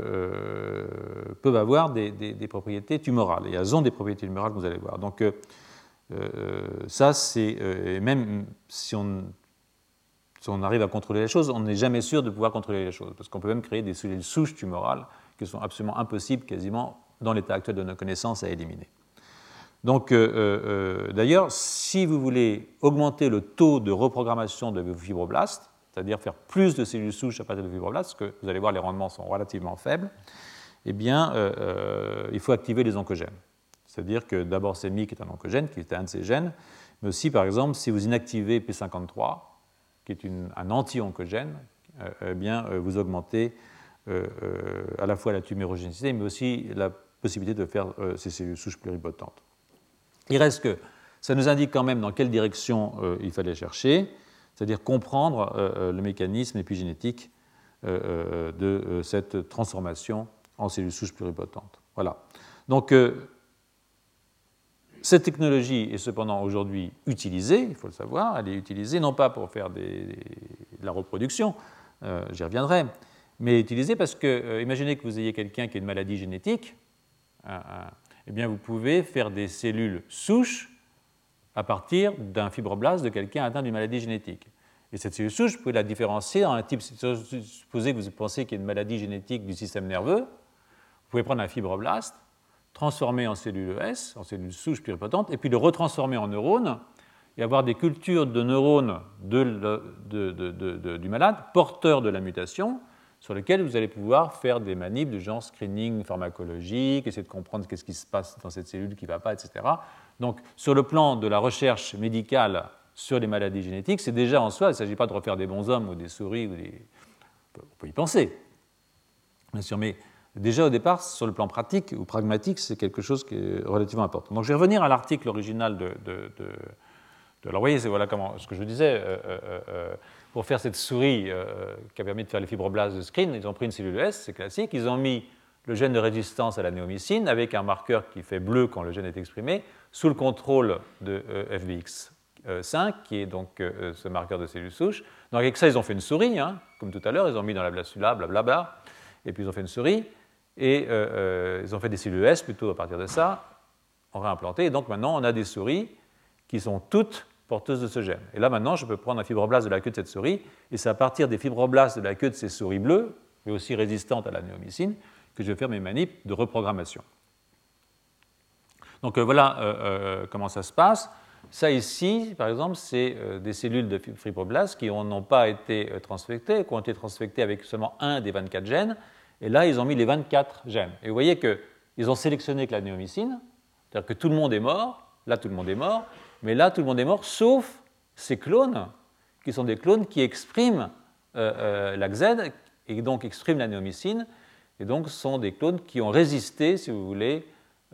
peuvent avoir des propriétés tumorales. Et elles ont des propriétés tumorales, vous allez voir. Donc, ça, c'est même si on arrive à contrôler les choses, on n'est jamais sûr de pouvoir contrôler les choses, parce qu'on peut même créer des cellules souches tumorales qui sont absolument impossibles, quasiment, dans l'état actuel de nos connaissances, à éliminer. Donc, d'ailleurs, si vous voulez augmenter le taux de reprogrammation de vos fibroblastes, c'est-à-dire faire plus de cellules souches à partir de fibroblastes, parce que vous allez voir, les rendements sont relativement faibles, eh bien, il faut activer les oncogènes. C'est-à-dire que d'abord, c'est MYC qui est un oncogène, qui est un de ces gènes, mais aussi, par exemple, si vous inactivez P53, qui est un anti-oncogène, eh bien, vous augmentez à la fois la tumérogénicité, mais aussi la possibilité de faire ces cellules souches pluripotentes. Il reste que ça nous indique quand même dans quelle direction il fallait chercher, c'est-à-dire comprendre le mécanisme épigénétique de cette transformation en cellules souches pluripotentes. Voilà. Donc, cette technologie est cependant aujourd'hui utilisée, il faut le savoir, elle est utilisée non pas pour faire de la reproduction, j'y reviendrai, mais utilisée parce que, imaginez que vous ayez quelqu'un qui a une maladie génétique, eh bien, vous pouvez faire des cellules souches à partir d'un fibroblaste de quelqu'un atteint d'une maladie génétique. Et cette cellule souche, vous pouvez la différencier en un type. Supposez que vous pensez qu'il y a une maladie génétique du système nerveux, vous pouvez prendre un fibroblaste, transformer en cellule S, en cellule souche pluripotente, et puis le retransformer en neurones, et avoir des cultures de neurones du malade porteurs de la mutation, sur lesquels vous allez pouvoir faire des manips de genre screening pharmacologique, essayer de comprendre qu'est-ce qui se passe dans cette cellule qui ne va pas, etc. Donc, sur le plan de la recherche médicale sur les maladies génétiques, c'est déjà en soi, il ne s'agit pas de refaire des bonshommes ou des souris, on peut y penser, bien sûr, mais déjà au départ, sur le plan pratique ou pragmatique, c'est quelque chose qui est relativement important. Donc, je vais revenir à l'article original alors, vous voyez, voilà ce que je vous disais. Pour faire cette souris qui a permis de faire les fibroblastes de screen, ils ont pris une cellule S, c'est classique, ils ont mis le gène de résistance à la néomycine avec un marqueur qui fait bleu quand le gène est exprimé, sous le contrôle de FBX5, qui est donc ce marqueur de cellules souches. Donc avec ça, ils ont fait une souris, comme tout à l'heure, ils ont mis dans la blastula, blablabla, et puis ils ont fait une souris, et ils ont fait des cellules S plutôt à partir de ça, on réimplanté, et donc maintenant on a des souris qui sont toutes porteuses de ce gène. Et là, maintenant, je peux prendre un fibroblaste de la queue de cette souris, et c'est à partir des fibroblastes de la queue de ces souris bleues, mais aussi résistantes à la néomycine, que je vais faire mes manips de reprogrammation. Donc voilà comment ça se passe. Ça ici, par exemple, c'est des cellules de fibroblastes qui n'ont pas été transfectées, qui ont été transfectées avec seulement un des 24 gènes, et là, ils ont mis les 24 gènes. Et vous voyez qu'ils ont sélectionné que la néomycine, c'est-à-dire que tout le monde est mort, là, tout le monde est mort, mais là, tout le monde est mort, sauf ces clones, qui sont des clones qui expriment l'AXZ, et donc expriment la néomycine, et donc sont des clones qui ont résisté, si vous voulez,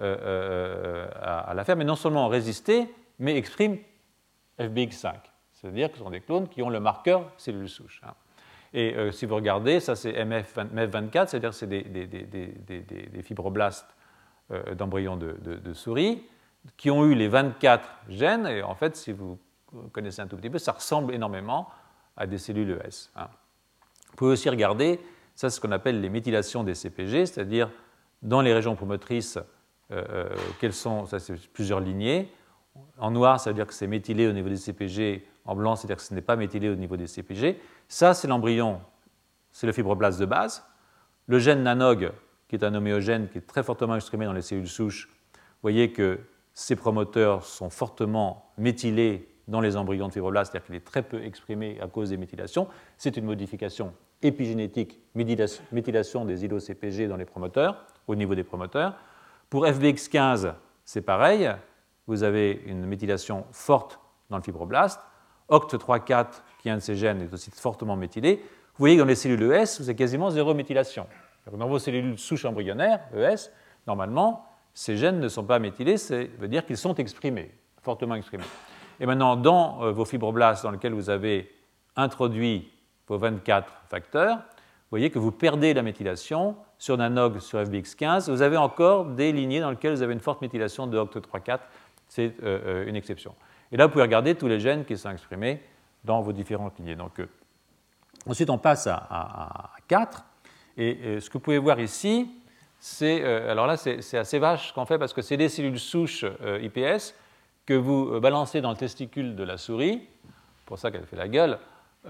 à l'affaire, mais non seulement ont résisté, mais expriment FBX5. C'est-à-dire que ce sont des clones qui ont le marqueur cellule souche. Et si vous regardez, ça c'est MEF24, c'est-à-dire que c'est des fibroblastes d'embryons de souris, qui ont eu les 24 gènes, et en fait, si vous connaissez un tout petit peu, ça ressemble énormément à des cellules ES. Vous pouvez aussi regarder, ça c'est ce qu'on appelle les méthylations des CPG, c'est-à-dire dans les régions promotrices, quelles sont, ça c'est plusieurs lignées. En noir, ça veut dire que c'est méthylé au niveau des CPG, en blanc, c'est-à-dire que ce n'est pas méthylé au niveau des CPG. Ça, c'est l'embryon c'est le fibroblast de base. Le gène NANOG, qui est un homéogène qui est très fortement exprimé dans les cellules souches, vous voyez que ces promoteurs sont fortement méthylés dans les embryons de fibroblastes, c'est-à-dire qu'il est très peu exprimé à cause des méthylations. C'est une modification épigénétique, méthylation des îlots-CpG dans les promoteurs, au niveau des promoteurs. Pour FBX15, c'est pareil, vous avez une méthylation forte dans le fibroblast. OCT3-4, qui est un de ces gènes, est aussi fortement méthylé. Vous voyez que dans les cellules ES, vous avez quasiment zéro méthylation. Dans vos cellules souches embryonnaires, ES, normalement, ces gènes ne sont pas méthylés, ça veut dire qu'ils sont exprimés, fortement exprimés. Et maintenant, dans vos fibroblastes dans lesquels vous avez introduit vos 24 facteurs, vous voyez que vous perdez la méthylation sur NANOG, sur FBX15. Vous avez encore des lignées dans lesquelles vous avez une forte méthylation de OCT3-4. C'est une exception. Et là, vous pouvez regarder tous les gènes qui sont exprimés dans vos différentes lignées. Donc, ensuite, on passe à 4. Et ce que vous pouvez voir ici, c'est, alors là, c'est assez vache ce qu'on fait parce que c'est des cellules souches IPS que vous balancez dans le testicule de la souris, pour ça qu'elle fait la gueule,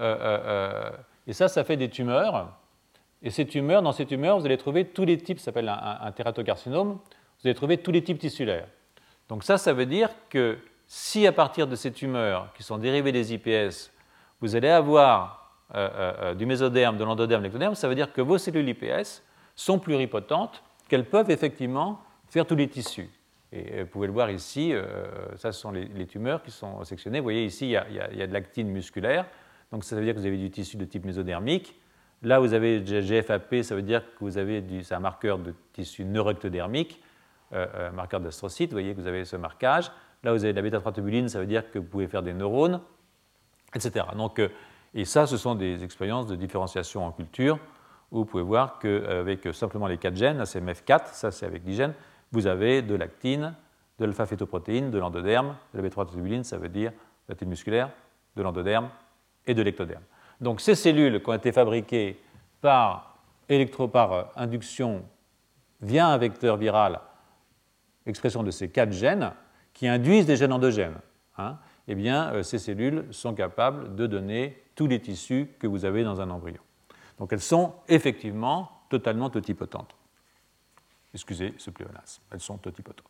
et ça fait des tumeurs. Et ces tumeurs, dans ces tumeurs, vous allez trouver tous les types, ça s'appelle un tératocarcinome, vous allez trouver tous les types tissulaires. Donc ça veut dire que si à partir de ces tumeurs qui sont dérivées des IPS, vous allez avoir du mésoderme, de l'endoderme, de l'ectoderme, ça veut dire que vos cellules IPS sont pluripotentes, qu'elles peuvent effectivement faire tous les tissus. Et vous pouvez le voir ici, ça ce sont les tumeurs qui sont sectionnées. Vous voyez ici, il y a de l'actine musculaire, donc ça veut dire que vous avez du tissu de type mésodermique. Là, vous avez GFAP, ça veut dire que vous avez c'est un marqueur de tissu neuroectodermique, marqueur d'astrocyte, vous voyez que vous avez ce marquage. Là, vous avez de la bêta-protubuline, ça veut dire que vous pouvez faire des neurones, etc. Donc, et ça, ce sont des expériences de différenciation en culture, où vous pouvez voir qu'avec simplement les 4 gènes, là c'est MEF4, ça c'est avec 10 gènes, vous avez de l'actine, de l'alpha-fétoprotéine, de l'endoderme, de la bêta-protubuline, ça veut dire l'actine musculaire, de l'endoderme et de l'ectoderme. Donc ces cellules qui ont été fabriquées par induction via un vecteur viral, expression de ces 4 gènes, qui induisent des gènes endogènes, eh bien, ces cellules sont capables de donner tous les tissus que vous avez dans un embryon. Donc elles sont effectivement totalement totipotentes. Excusez ce pléonasme, elles sont totipotentes.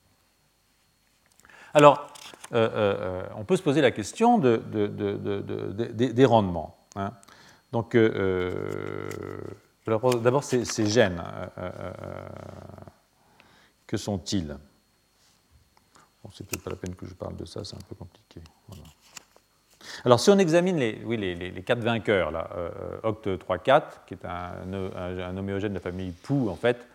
Alors, on peut se poser la question des rendements. Donc, d'abord, ces gènes, que sont-ils? Bon, c'est peut-être pas la peine que je parle de ça, c'est un peu compliqué. Voilà. Alors, si on examine les 4 vainqueurs, là, OCT3-4, qui est un homéogène de la famille POU, en fait,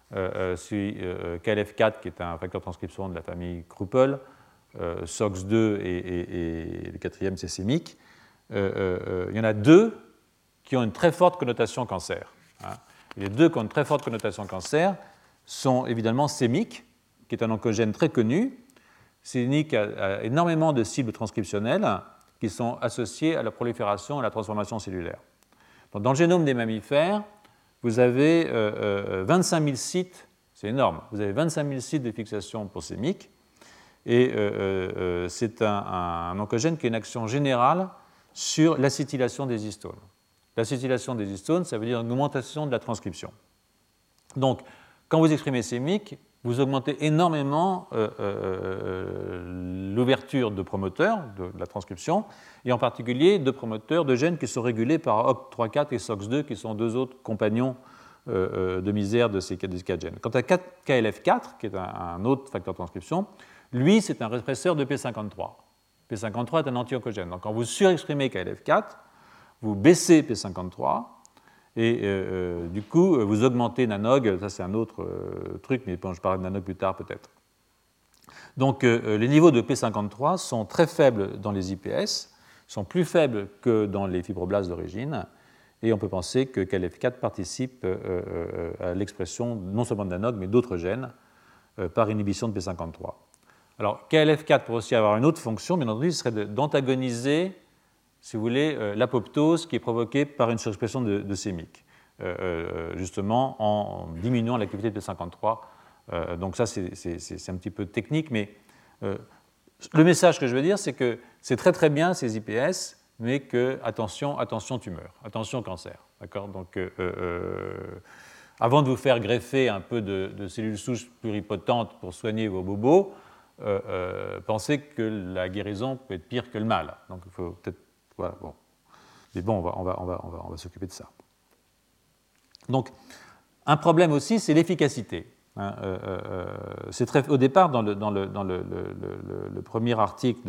KLF4, qui est un facteur de transcription de la famille Kruppel, SOX2 et le 4e, c'est CEMIC. Il y en a 2 qui ont une très forte connotation cancer. Et les 2 qui ont une très forte connotation cancer sont évidemment CEMIC, qui est un oncogène très connu. CEMIC a énormément de cibles transcriptionnelles qui sont associées à la prolifération et à la transformation cellulaire. Donc, dans le génome des mammifères, vous avez 25 000 sites, c'est énorme, vous avez 25 000 sites de fixation pour CEMIC, et c'est un oncogène qui a une action générale sur l'acétylation des histones. L'acétylation des histones, ça veut dire une augmentation de la transcription. Donc, quand vous exprimez CEMIC, vous augmentez énormément l'ouverture de promoteurs de la transcription, et en particulier de promoteurs de gènes qui sont régulés par OCT3-4 et SOX2, qui sont 2 autres compagnons de misère de ces 4 gènes. Quant à KLF4, qui est un autre facteur de transcription, lui, c'est un répresseur de P53. P53 est un anti-oncogène. Donc, quand vous surexprimez KLF4, vous baissez P53, et du coup, vous augmentez NANOG, ça c'est un autre truc, mais bon, je parlerai de NANOG plus tard peut-être. Donc les niveaux de P53 sont très faibles dans les IPS, sont plus faibles que dans les fibroblastes d'origine, et on peut penser que KLF4 participe à l'expression non seulement de NANOG, mais d'autres gènes par inhibition de P53. Alors KLF4 pourrait aussi avoir une autre fonction, bien entendu, ce serait d'antagoniser, si vous voulez, l'apoptose qui est provoquée par une surexpression de CEMIC, justement en diminuant l'activité de P53. Donc ça, c'est un petit peu technique, mais le message que je veux dire, c'est que c'est très très bien ces IPS mais que, attention tumeur, attention cancer. D'accord ? Donc, avant de vous faire greffer un peu de cellules souches pluripotentes pour soigner vos bobos, pensez que la guérison peut être pire que le mal. Donc, il faut peut-être... Voilà, bon. Mais bon, on va s'occuper de ça. Donc, un problème aussi, c'est l'efficacité. Au départ, dans le premier article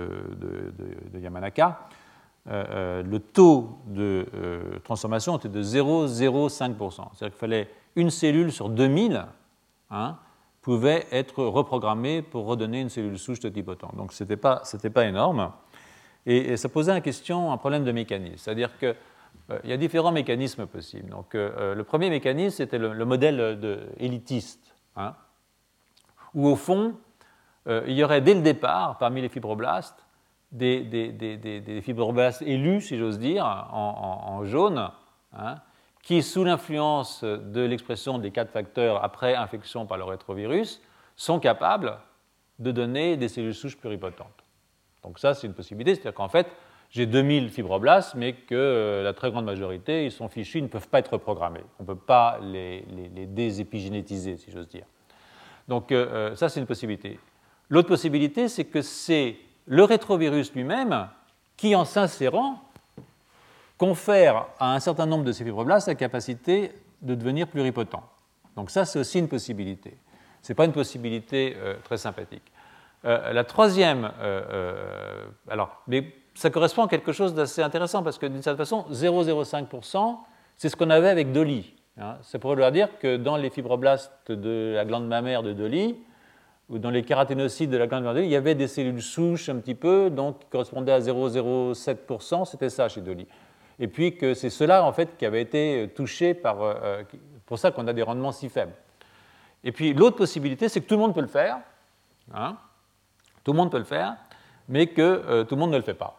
de Yamanaka, le taux de transformation était de 0,05%. C'est-à-dire qu'il fallait une cellule sur 2000 pouvait être reprogrammée pour redonner une cellule souche totipotente. Donc, ce n'était pas énorme. Et ça posait un problème de mécanisme. C'est-à-dire qu'il y a différents mécanismes possibles. Donc, le premier mécanisme, c'était le modèle élitiste, où au fond, il y aurait dès le départ, parmi les fibroblastes, des fibroblastes élus, si j'ose dire, en jaune, qui, sous l'influence de l'expression des 4 facteurs après infection par le rétrovirus, sont capables de donner des cellules souches pluripotentes. Donc ça, c'est une possibilité, c'est-à-dire qu'en fait, j'ai 2000 fibroblastes, mais que la très grande majorité, ils sont fichus, ils ne peuvent pas être reprogrammés. On ne peut pas les désépigénétiser, si j'ose dire. Donc ça, c'est une possibilité. L'autre possibilité, c'est que c'est le rétrovirus lui-même qui, en s'insérant, confère à un certain nombre de ces fibroblastes la capacité de devenir pluripotent. Donc ça, c'est aussi une possibilité. Ce n'est pas une possibilité très sympathique. La troisième, mais ça correspond à quelque chose d'assez intéressant parce que d'une certaine façon, 0,05%, c'est ce qu'on avait avec Dolly. Ça pourrait vouloir dire que dans les fibroblastes de la glande mammaire de Dolly, ou dans les kératinocytes de la glande mammaire de Dolly, il y avait des cellules souches un petit peu, donc qui correspondaient à 0,07%, c'était ça chez Dolly. Et puis que c'est cela en fait qui avait été touché par, pour ça qu'on a des rendements si faibles. Et puis l'autre possibilité, c'est que tout le monde peut le faire, tout le monde peut le faire, mais que tout le monde ne le fait pas.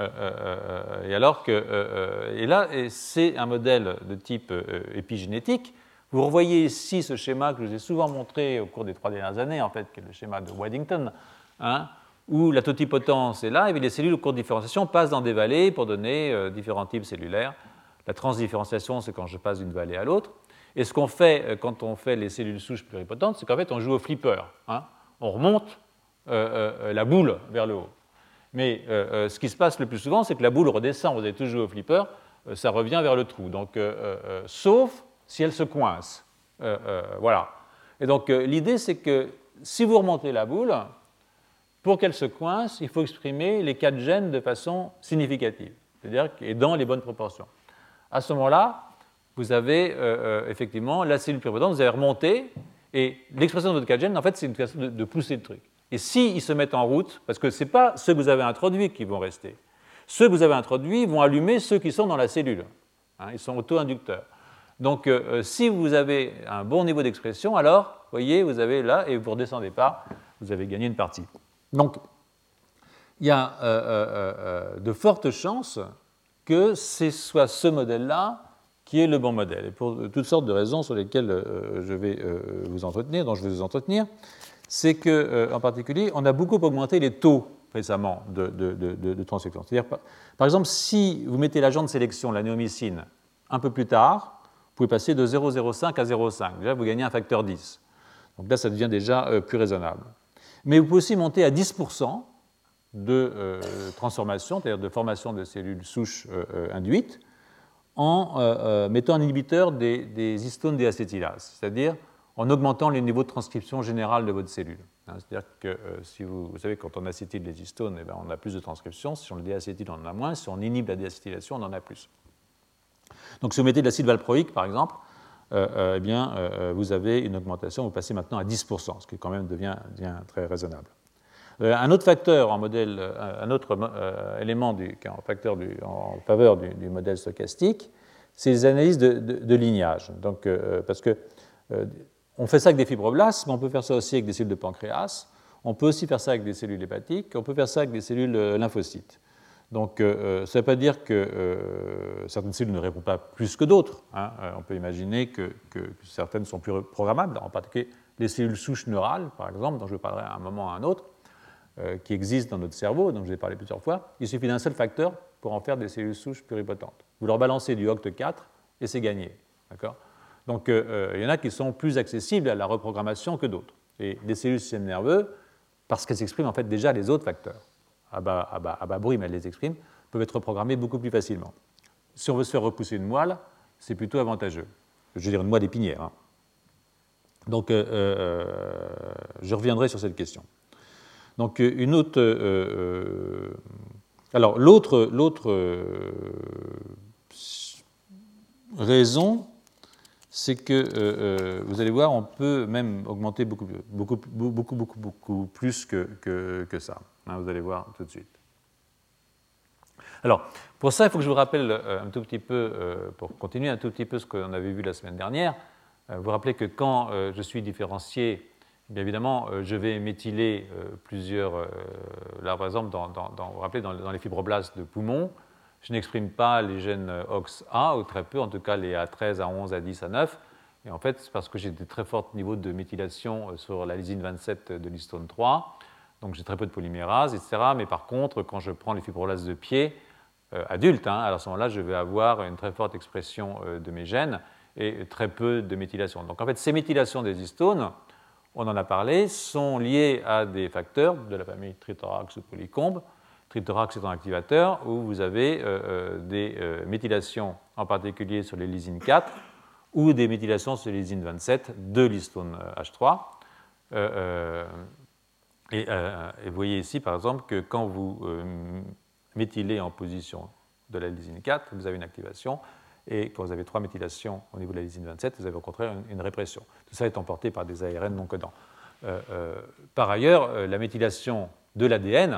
Et alors que, et là, c'est un modèle de type épigénétique. Vous revoyez ici ce schéma que je vous ai souvent montré au cours des 3 dernières années, en fait, qui est le schéma de Waddington, où la totipotence est là, et les cellules au cours de différenciation passent dans des vallées pour donner différents types cellulaires. La transdifférenciation, c'est quand je passe d'une vallée à l'autre. Et ce qu'on fait quand on fait les cellules souches pluripotentes, c'est qu'en fait, on joue au flipper. On remonte la boule vers le haut. Mais ce qui se passe le plus souvent, c'est que la boule redescend. Vous avez toujours joué au flipper, ça revient vers le trou. Donc, sauf si elle se coince. Voilà. Et donc, l'idée, c'est que si vous remontez la boule, pour qu'elle se coince, il faut exprimer les 4 gènes de façon significative, c'est-à-dire et dans les bonnes proportions. À ce moment-là, vous avez effectivement la cellule pluripotente, vous avez remonté, et l'expression de votre 4 gènes, en fait, c'est une façon de pousser le truc. Et s'ils se mettent en route, parce que ce n'est pas ceux que vous avez introduits qui vont rester, ceux que vous avez introduits vont allumer ceux qui sont dans la cellule. Ils sont auto-inducteurs. Donc, si vous avez un bon niveau d'expression, alors, vous voyez, vous avez là, et vous ne redescendez pas, vous avez gagné une partie. Donc, il y a de fortes chances que ce soit ce modèle-là qui est le bon modèle. Et pour toutes sortes de raisons sur lesquelles je vais vous entretenir, dont je vais vous entretenir, c'est qu'en particulier, on a beaucoup augmenté les taux récemment de transfection. C'est-à-dire, par exemple, si vous mettez l'agent de sélection, la néomycine, un peu plus tard, vous pouvez passer de 0,05 à 0,5. Déjà, vous gagnez un facteur 10. Donc là, ça devient déjà plus raisonnable. Mais vous pouvez aussi monter à 10% de transformation, c'est-à-dire de formation de cellules souches induites, en mettant un inhibiteur des histones déacétylases, c'est-à-dire en augmentant les niveaux de transcription générale de votre cellule. C'est-à-dire que si vous savez, quand on acétyle les histones, eh bien, on a plus de transcription, si on le déacétyle, on en a moins, si on inhibe la déacétylation, on en a plus. Donc si vous mettez de l'acide valproïque, par exemple, eh bien, vous avez une augmentation, vous passez maintenant à 10%, ce qui quand même devient très raisonnable. Un autre facteur en modèle, un autre élément en faveur du modèle stochastique, c'est les analyses de lignage. Donc, parce que on fait ça avec des fibroblastes, mais on peut faire ça aussi avec des cellules de pancréas, on peut aussi faire ça avec des cellules hépatiques, on peut faire ça avec des cellules lymphocytes. Donc, ça ne veut pas dire que certaines cellules ne répondent pas plus que d'autres. On peut imaginer que certaines sont plus programmables, en particulier les cellules souches neurales, par exemple, dont je parlerai à un moment ou à un autre, qui existent dans notre cerveau, dont je vous ai parlé plusieurs fois. Il suffit d'un seul facteur pour en faire des cellules souches pluripotentes. Vous leur balancez du OCT4 et c'est gagné. Donc il y en a qui sont plus accessibles à la reprogrammation que d'autres. Et des cellules du système nerveux, parce qu'elles expriment en fait déjà les autres facteurs, à bas bruit, mais elles les expriment, peuvent être reprogrammées beaucoup plus facilement. Si on veut se faire repousser une moelle, c'est plutôt avantageux. Je veux dire une moelle épinière. Hein. Donc je reviendrai sur cette question. Donc une autre... alors l'autre raison, c'est que vous allez voir, on peut même augmenter beaucoup plus que ça. Hein, vous allez voir tout de suite. Alors, pour ça, il faut que je vous rappelle un tout petit peu, pour continuer un tout petit peu ce qu'on avait vu la semaine dernière. Vous rappelez que quand je suis différencié, bien évidemment, je vais méthyler plusieurs. Là, par exemple, vous vous rappelez, dans les fibroblastes de poumon, je n'exprime pas les gènes OXA, ou très peu, en tout cas les A13, A11, A10, A9. Et en fait, c'est parce que j'ai des très forts niveaux de méthylation sur la lysine 27 de l'histone 3. Donc j'ai très peu de polymérase, etc. Mais par contre, quand je prends les fibroblastes de pied adultes, hein, alors à ce moment-là, je vais avoir une très forte expression de mes gènes et très peu de méthylation. Donc en fait, ces méthylations des histones, on en a parlé, sont liées à des facteurs de la famille trithorax ou polycombe. Trithorax est un activateur où vous avez des méthylations, en particulier sur les lysines 4, ou des méthylations sur les lysines 27 de l'histone H3. Et vous voyez ici, par exemple, que quand vous méthylez en position de la lysine 4, vous avez une activation, et quand vous avez 3 méthylations au niveau de la lysine 27, vous avez au contraire une répression. Tout ça est emporté par des ARN non codants. Par ailleurs, la méthylation de l'ADN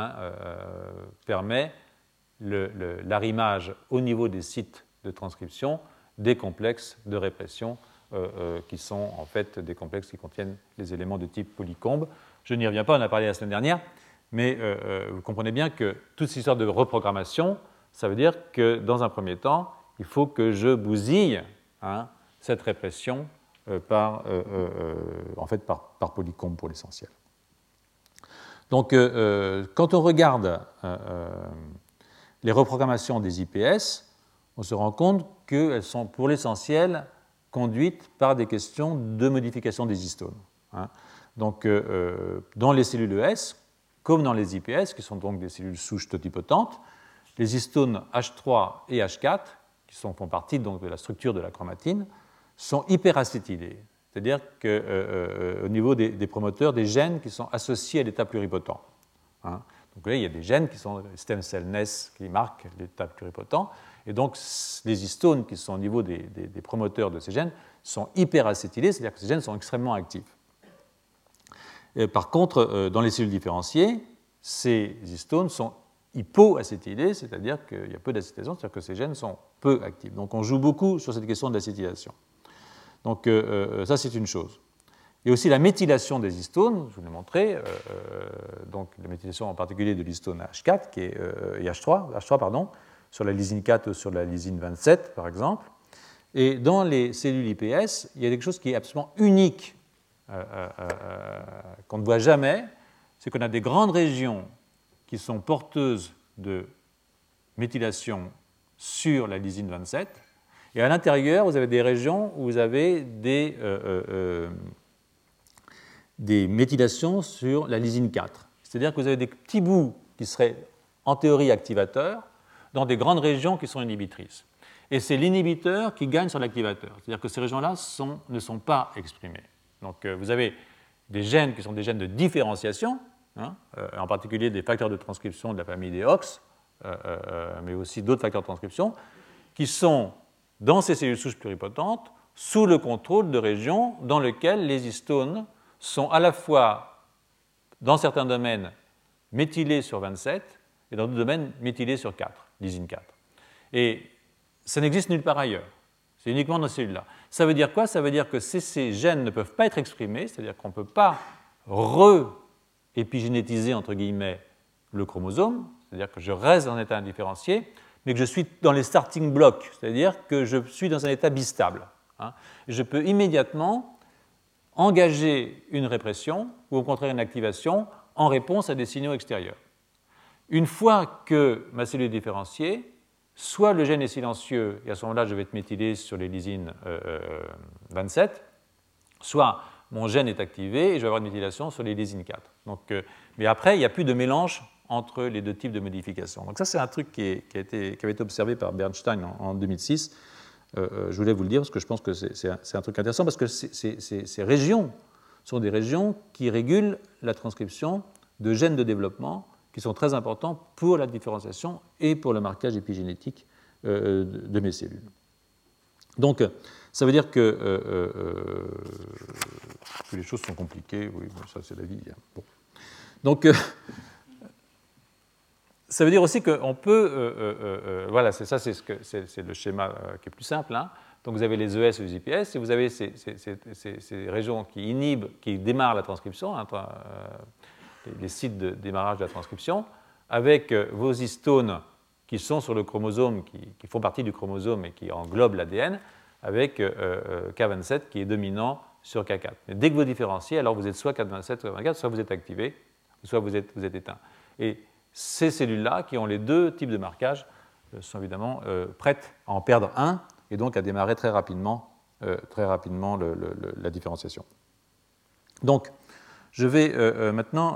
permet l'arrimage au niveau des sites de transcription des complexes de répression qui sont en fait des complexes qui contiennent les éléments de type polycombe. Je n'y reviens pas, on en a parlé la semaine dernière, mais vous comprenez bien que toute cette histoire de reprogrammation, ça veut dire que dans un premier temps, il faut que je bousille cette répression par polycombe pour l'essentiel. Donc, quand on regarde les reprogrammations des IPS, on se rend compte qu'elles sont pour l'essentiel conduites par des questions de modification des histones. Donc, dans les cellules ES, comme dans les IPS, qui sont donc des cellules souches totipotentes, les histones H3 et H4, qui font partie donc de la structure de la chromatine, sont hyperacétylées, c'est-à-dire qu'au niveau des promoteurs, des gènes qui sont associés à l'état pluripotent. Donc là, il y a des gènes qui sont stem cell NES qui marquent l'état pluripotent, et donc les histones qui sont au niveau des promoteurs de ces gènes sont hyperacétylées, c'est-à-dire que ces gènes sont extrêmement actifs. Et par contre, dans les cellules différenciées, ces histones sont hypoacétylés, c'est-à-dire qu'il y a peu d'acétylation, c'est-à-dire que ces gènes sont peu actifs. Donc on joue beaucoup sur cette question de l'acétylation. Donc ça, c'est une chose. Il y a aussi la méthylation des histones, je vous l'ai montré, donc la méthylation en particulier de l'histone H4 qui est, et H3 pardon, sur la lysine 4 ou sur la lysine 27 par exemple. Et dans les cellules IPS, il y a quelque chose qui est absolument unique, qu'on ne voit jamais, c'est qu'on a des grandes régions qui sont porteuses de méthylation sur la lysine 27, et à l'intérieur, vous avez des régions où vous avez des méthylations sur la lysine 4. C'est-à-dire que vous avez des petits bouts qui seraient en théorie activateurs dans des grandes régions qui sont inhibitrices. Et c'est l'inhibiteur qui gagne sur l'activateur. C'est-à-dire que ces régions-là ne sont pas exprimées. Donc vous avez des gènes qui sont des gènes de différenciation, en particulier des facteurs de transcription de la famille des OX, mais aussi d'autres facteurs de transcription, qui sont dans ces cellules souches pluripotentes sous le contrôle de régions dans lesquelles les histones sont à la fois, dans certains domaines, méthylées sur 27 et dans d'autres domaines, méthylées sur 4, lysine 4. Et ça n'existe nulle part ailleurs. C'est uniquement dans ces cellules-là. Ça veut dire quoi? Ça veut dire que ces gènes ne peuvent pas être exprimés, c'est-à-dire qu'on ne peut pas re-épigénétiser, entre guillemets, le chromosome, c'est-à-dire que je reste en état indifférencié, mais que je suis dans les starting blocks, c'est-à-dire que je suis dans un état bistable. Je peux immédiatement engager une répression ou au contraire une activation en réponse à des signaux extérieurs. une fois que ma cellule est différenciée, soit le gène est silencieux, et à ce moment-là, je vais être méthylé sur les lysines 27, soit mon gène est activé et je vais avoir une méthylation sur les lysines 4. Donc, mais après, il n'y a plus de mélange entre les deux types de modifications. Donc ça, c'est un truc qui avait été observé par Bernstein en 2006. Je voulais vous le dire parce que je pense que c'est un truc intéressant, parce que ces régions sont des régions qui régulent la transcription de gènes de développement qui sont très importants pour la différenciation et pour le marquage épigénétique de mes cellules. Donc, ça veut dire que les choses sont compliquées, oui, bon, ça c'est la vie. Hein. Bon. Donc, ça veut dire aussi qu'on peut, voilà, c'est le schéma qui est plus simple. Hein. Donc vous avez les ES et les IPS, et vous avez ces régions qui inhibent, qui démarrent la transcription, hein, les sites de démarrage de la transcription, avec vos histones qui sont sur le chromosome, qui font partie du chromosome et qui englobent l'ADN, avec K27 qui est dominant sur K4. Mais dès que vous différenciez, alors vous êtes soit K27, soit K24, soit vous êtes activé, soit vous êtes éteint. Et ces cellules-là, qui ont les deux types de marquage, sont évidemment prêtes à en perdre un, et donc à démarrer très rapidement la différenciation. Donc, je vais maintenant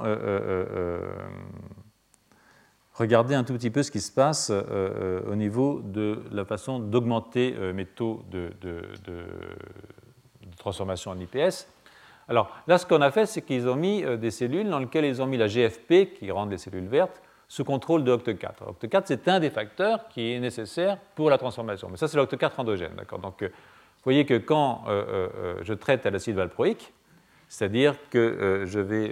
regarder un tout petit peu ce qui se passe au niveau de la façon d'augmenter mes taux de transformation en IPS. Alors là, ce qu'on a fait, c'est qu'ils ont mis des cellules dans lesquelles ils ont mis la GFP, qui rend les cellules vertes, sous contrôle de OCT4. OCT4, c'est un des facteurs qui est nécessaire pour la transformation. Mais ça, c'est l'OCT4 endogène. Donc, vous voyez que quand je traite à l'acide valproïque, c'est-à-dire que je vais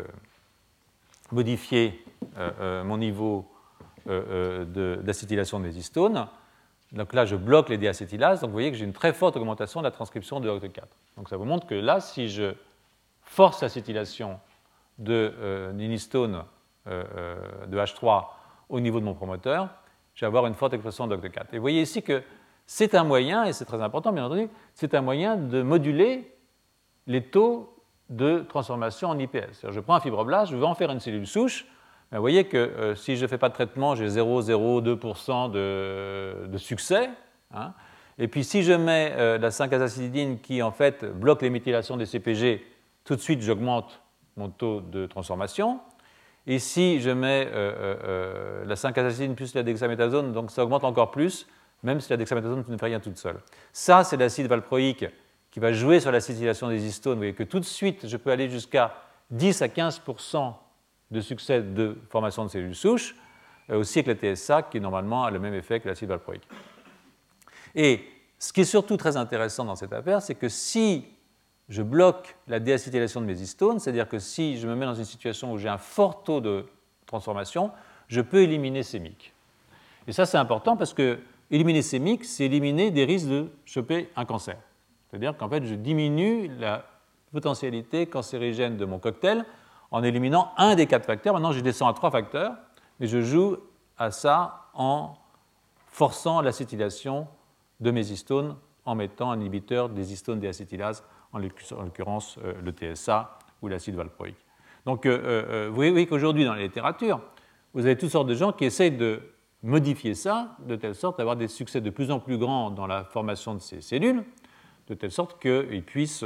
modifier mon niveau d'acétylation des histones. Donc là, je bloque les déacétylases. Donc vous voyez que j'ai une très forte augmentation de la transcription de OCT4. Donc ça vous montre que là, si je force l'acétylation d'une histone de H3 au niveau de mon promoteur, je vais avoir une forte expression d'OCT4. Et vous voyez ici que c'est un moyen, et c'est très important bien entendu, c'est un moyen de moduler les taux de transformation en IPS. Je prends un fibroblast, je veux en faire une cellule souche, mais vous voyez que si je ne fais pas de traitement, j'ai 0,02% de succès. Hein. Et puis si je mets la 5-azacitidine qui en fait bloque les méthylations des CPG, tout de suite j'augmente mon taux de transformation. Et si je mets la 5-azacitidine plus la dexaméthasone, donc ça augmente encore plus, même si la dexaméthasone ne fait rien toute seule. Ça, c'est l'acide valproïque qui va jouer sur l'acétylation des histones. Vous voyez que tout de suite, je peux aller jusqu'à 10 à 15% de succès de formation de cellules souches, aussi avec la TSA, qui normalement a le même effet que l'acide valproïque. Et ce qui est surtout très intéressant dans cette affaire, c'est que si je bloque la déacétylation de mes histones, c'est-à-dire que si je me mets dans une situation où j'ai un fort taux de transformation, je peux éliminer ces MYC. Et ça, c'est important parce que éliminer ces MYC, c'est éliminer des risques de choper un cancer. C'est-à-dire qu'en fait, je diminue la potentialité cancérigène de mon cocktail en éliminant un des 4 facteurs. Maintenant, je descends à 3 facteurs, mais je joue à ça en forçant l'acétylation de mes histones en mettant un inhibiteur des histones déacétylases, en l'occurrence le TSA ou l'acide valproïque. Donc, vous voyez qu'aujourd'hui, dans la littérature, vous avez toutes sortes de gens qui essayent de modifier ça de telle sorte à avoir des succès de plus en plus grands dans la formation de ces cellules, de telle sorte qu'ils puissent,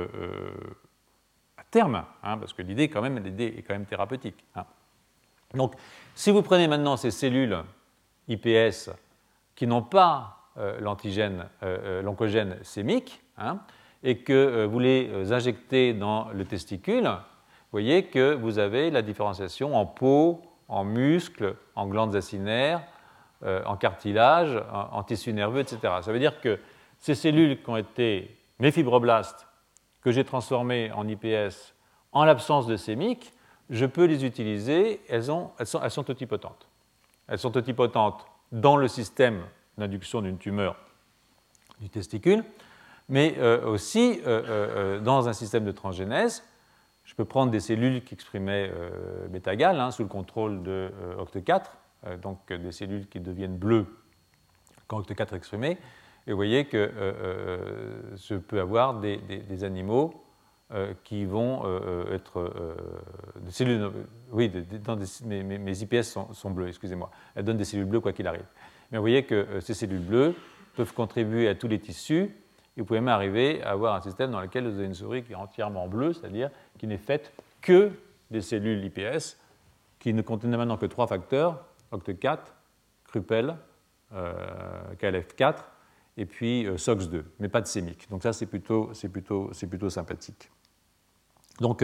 à terme, hein, parce que l'idée est quand même thérapeutique. Hein. Donc, si vous prenez maintenant ces cellules IPS qui n'ont pas l'oncogène sémique, hein, et que vous les injectez dans le testicule, vous voyez que vous avez la différenciation en peau, en muscles, en glandes acinaires, en cartilage, en tissu nerveux, etc. Ça veut dire que ces cellules qui ont été mes fibroblastes, que j'ai transformées en IPS en l'absence de sémique, je peux les utiliser, elles sont totipotentes. Elles sont totipotentes dans le système d'induction d'une tumeur du testicule, mais aussi dans un système de transgénèse. Je peux prendre des cellules qui exprimaient bêta-gal hein, sous le contrôle de OCT4, donc des cellules qui deviennent bleues quand OCT4 est exprimé, et vous voyez que je peux avoir des animaux qui vont être des cellules. Oui, mes IPS sont bleus, excusez-moi. Elles donnent des cellules bleues quoi qu'il arrive. Mais vous voyez que ces cellules bleues peuvent contribuer à tous les tissus. Et vous pouvez même arriver à avoir un système dans lequel vous avez une souris qui est entièrement bleue, c'est-à-dire qui n'est faite que des cellules IPS, qui ne contiennent maintenant que 3 facteurs, OCT4, CRUPEL, KLF4, et puis SOX2, mais pas de CMYC. Donc ça, c'est plutôt sympathique. Donc,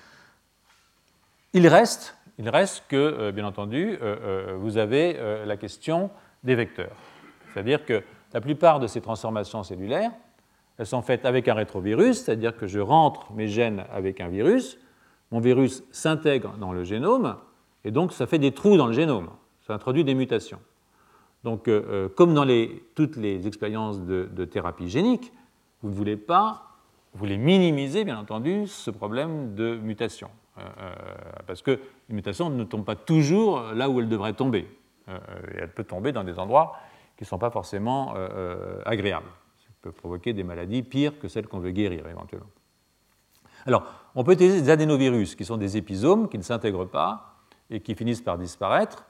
il reste que, bien entendu, vous avez la question des vecteurs. C'est-à-dire que la plupart de ces transformations cellulaires, elles sont faites avec un rétrovirus, c'est-à-dire que je rentre mes gènes avec un virus, mon virus s'intègre dans le génome, et donc ça fait des trous dans le génome, ça introduit des mutations. Donc, comme dans toutes les expériences de thérapie génique, vous voulez minimiser, bien entendu, ce problème de mutation, parce que les mutations ne tombent pas toujours là où elles devraient tomber. Et elles peuvent tomber dans des endroits qui ne sont pas forcément agréables. Ça peut provoquer des maladies pires que celles qu'on veut guérir, éventuellement. Alors, on peut utiliser des adénovirus, qui sont des épisomes, qui ne s'intègrent pas et qui finissent par disparaître.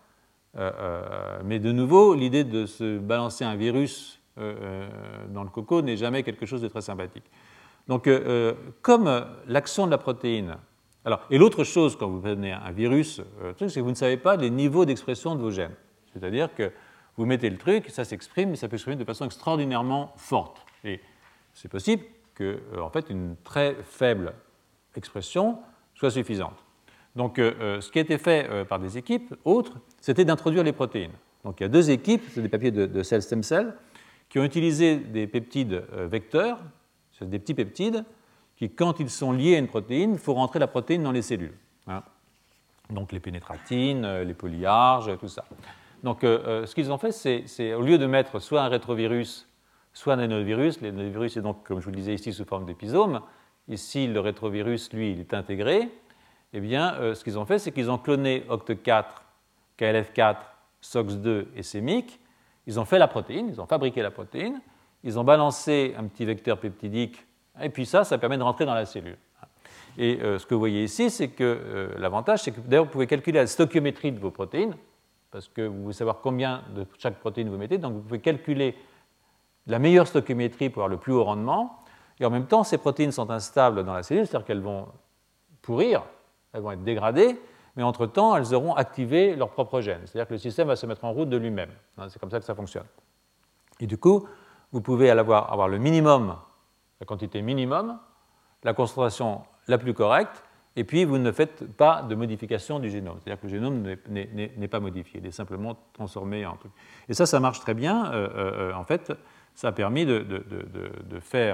Mais de nouveau, l'idée de se balancer un virus dans le coco n'est jamais quelque chose de très sympathique. Donc, comme l'action de la protéine... Alors, et l'autre chose, quand vous prenez un virus, c'est que vous ne savez pas les niveaux d'expression de vos gènes. C'est-à-dire que vous mettez le truc, ça s'exprime, mais ça peut s'exprimer de façon extraordinairement forte. Et c'est possible que, en fait, une très faible expression soit suffisante. Donc, ce qui a été fait par des équipes autres, c'était d'introduire les protéines. Donc, il y a 2 équipes, c'est des papiers de Cell Stem Cell, qui ont utilisé des peptides vecteurs, c'est des petits peptides, qui, quand ils sont liés à une protéine, il faut rentrer la protéine dans les cellules. Hein. Donc, les pénétratines, les polyarges, tout ça. Donc, ce qu'ils ont fait, c'est au lieu de mettre soit un rétrovirus, soit un adénovirus, l'adénovirus est donc, comme je vous le disais ici, sous forme d'épisome. Ici, le rétrovirus, lui, il est intégré. Eh bien, ce qu'ils ont fait, c'est qu'ils ont cloné OCT4, KLF4, SOX2 et CMYC. Ils ont fait la protéine, ils ont fabriqué la protéine, ils ont balancé un petit vecteur peptidique, et puis ça permet de rentrer dans la cellule. Et ce que vous voyez ici, c'est que l'avantage, c'est que d'ailleurs, vous pouvez calculer la stoichiométrie de vos protéines, parce que vous voulez savoir combien de chaque protéine vous mettez, donc vous pouvez calculer la meilleure stoichiométrie pour avoir le plus haut rendement, et en même temps, ces protéines sont instables dans la cellule, c'est-à-dire qu'elles vont pourrir, elles vont être dégradées, mais entre-temps, elles auront activé leur propre gène. C'est-à-dire que le système va se mettre en route de lui-même. C'est comme ça que ça fonctionne. Et du coup, vous pouvez avoir le minimum, la quantité minimum, la concentration la plus correcte, et puis vous ne faites pas de modification du génome. C'est-à-dire que le génome n'est pas modifié, il est simplement transformé en truc. Et ça marche très bien. En fait, ça a permis de faire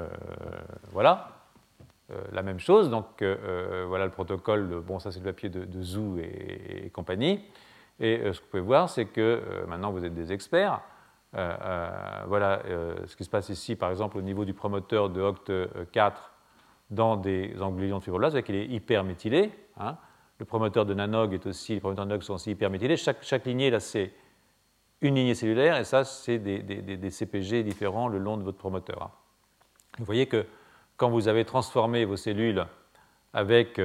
la même chose. Donc, voilà le protocole. Bon, ça, c'est le papier de Zhu et compagnie. Et ce que vous pouvez voir, c'est que maintenant, vous êtes des experts. Voilà ce qui se passe ici, par exemple, au niveau du promoteur de OCT4 dans des ganglions de fibroblastes, c'est qu'il est hyperméthylé. Hein. Le promoteur de NANOG les promoteurs de NANOG sont aussi hyperméthylés. Chaque lignée, là, c'est une lignée cellulaire, et ça, c'est des CPG différents le long de votre promoteur. Hein. Vous voyez que quand vous avez transformé vos cellules avec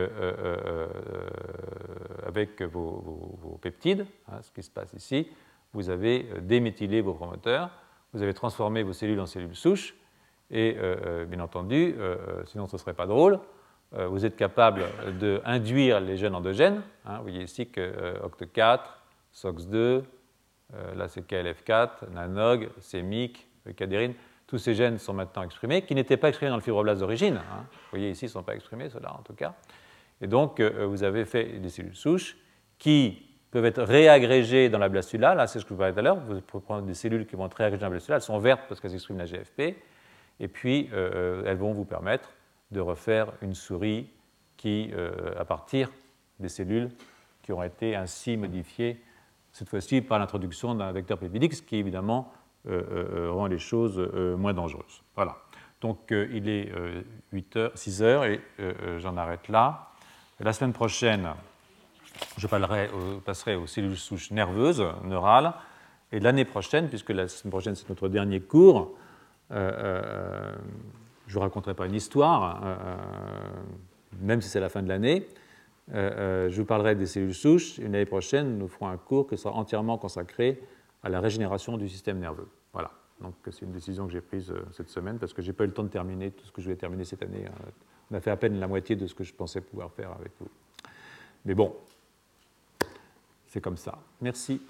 vos peptides, hein, ce qui se passe ici, vous avez déméthylé vos promoteurs, vous avez transformé vos cellules en cellules souches, et bien entendu, sinon ce ne serait pas drôle, vous êtes capable d'induire les gènes endogènes. Hein, vous voyez ici que OCT4, SOX2, là c'est KLF4, NANOG, CMYC, cadérine, tous ces gènes sont maintenant exprimés, qui n'étaient pas exprimés dans le fibroblast d'origine. Hein. Vous voyez ici, ils ne sont pas exprimés, ceux-là en tout cas. Et donc, vous avez fait des cellules souches qui peuvent être réagrégées dans la blastula. Là, c'est ce que je vous parlais tout à l'heure. Vous pouvez prendre des cellules qui vont être réagrégées dans la blastula. Elles sont vertes parce qu'elles expriment la GFP. Et puis, elles vont vous permettre de refaire une souris qui, à partir des cellules qui auront été ainsi modifiées, cette fois-ci par l'introduction d'un vecteur peptidique, ce qui évidemment rend les choses moins dangereuses. Voilà. Donc, il est 6 heures et j'en arrête là. La semaine prochaine, je passerai aux cellules souches nerveuses, neurales. Et l'année prochaine, puisque la semaine prochaine, c'est notre dernier cours, je ne vous raconterai pas une histoire, même si c'est la fin de l'année. Je vous parlerai des cellules souches. L'année prochaine, nous ferons un cours qui sera entièrement consacré à la régénération du système nerveux. Voilà. Donc, c'est une décision que j'ai prise cette semaine parce que je n'ai pas eu le temps de terminer tout ce que je voulais terminer cette année. On a fait à peine la moitié de ce que je pensais pouvoir faire avec vous. Mais bon, c'est comme ça. Merci.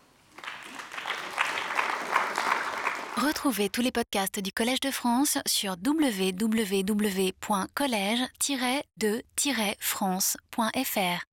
Retrouvez tous les podcasts du Collège de France sur www.collège-de-france.fr.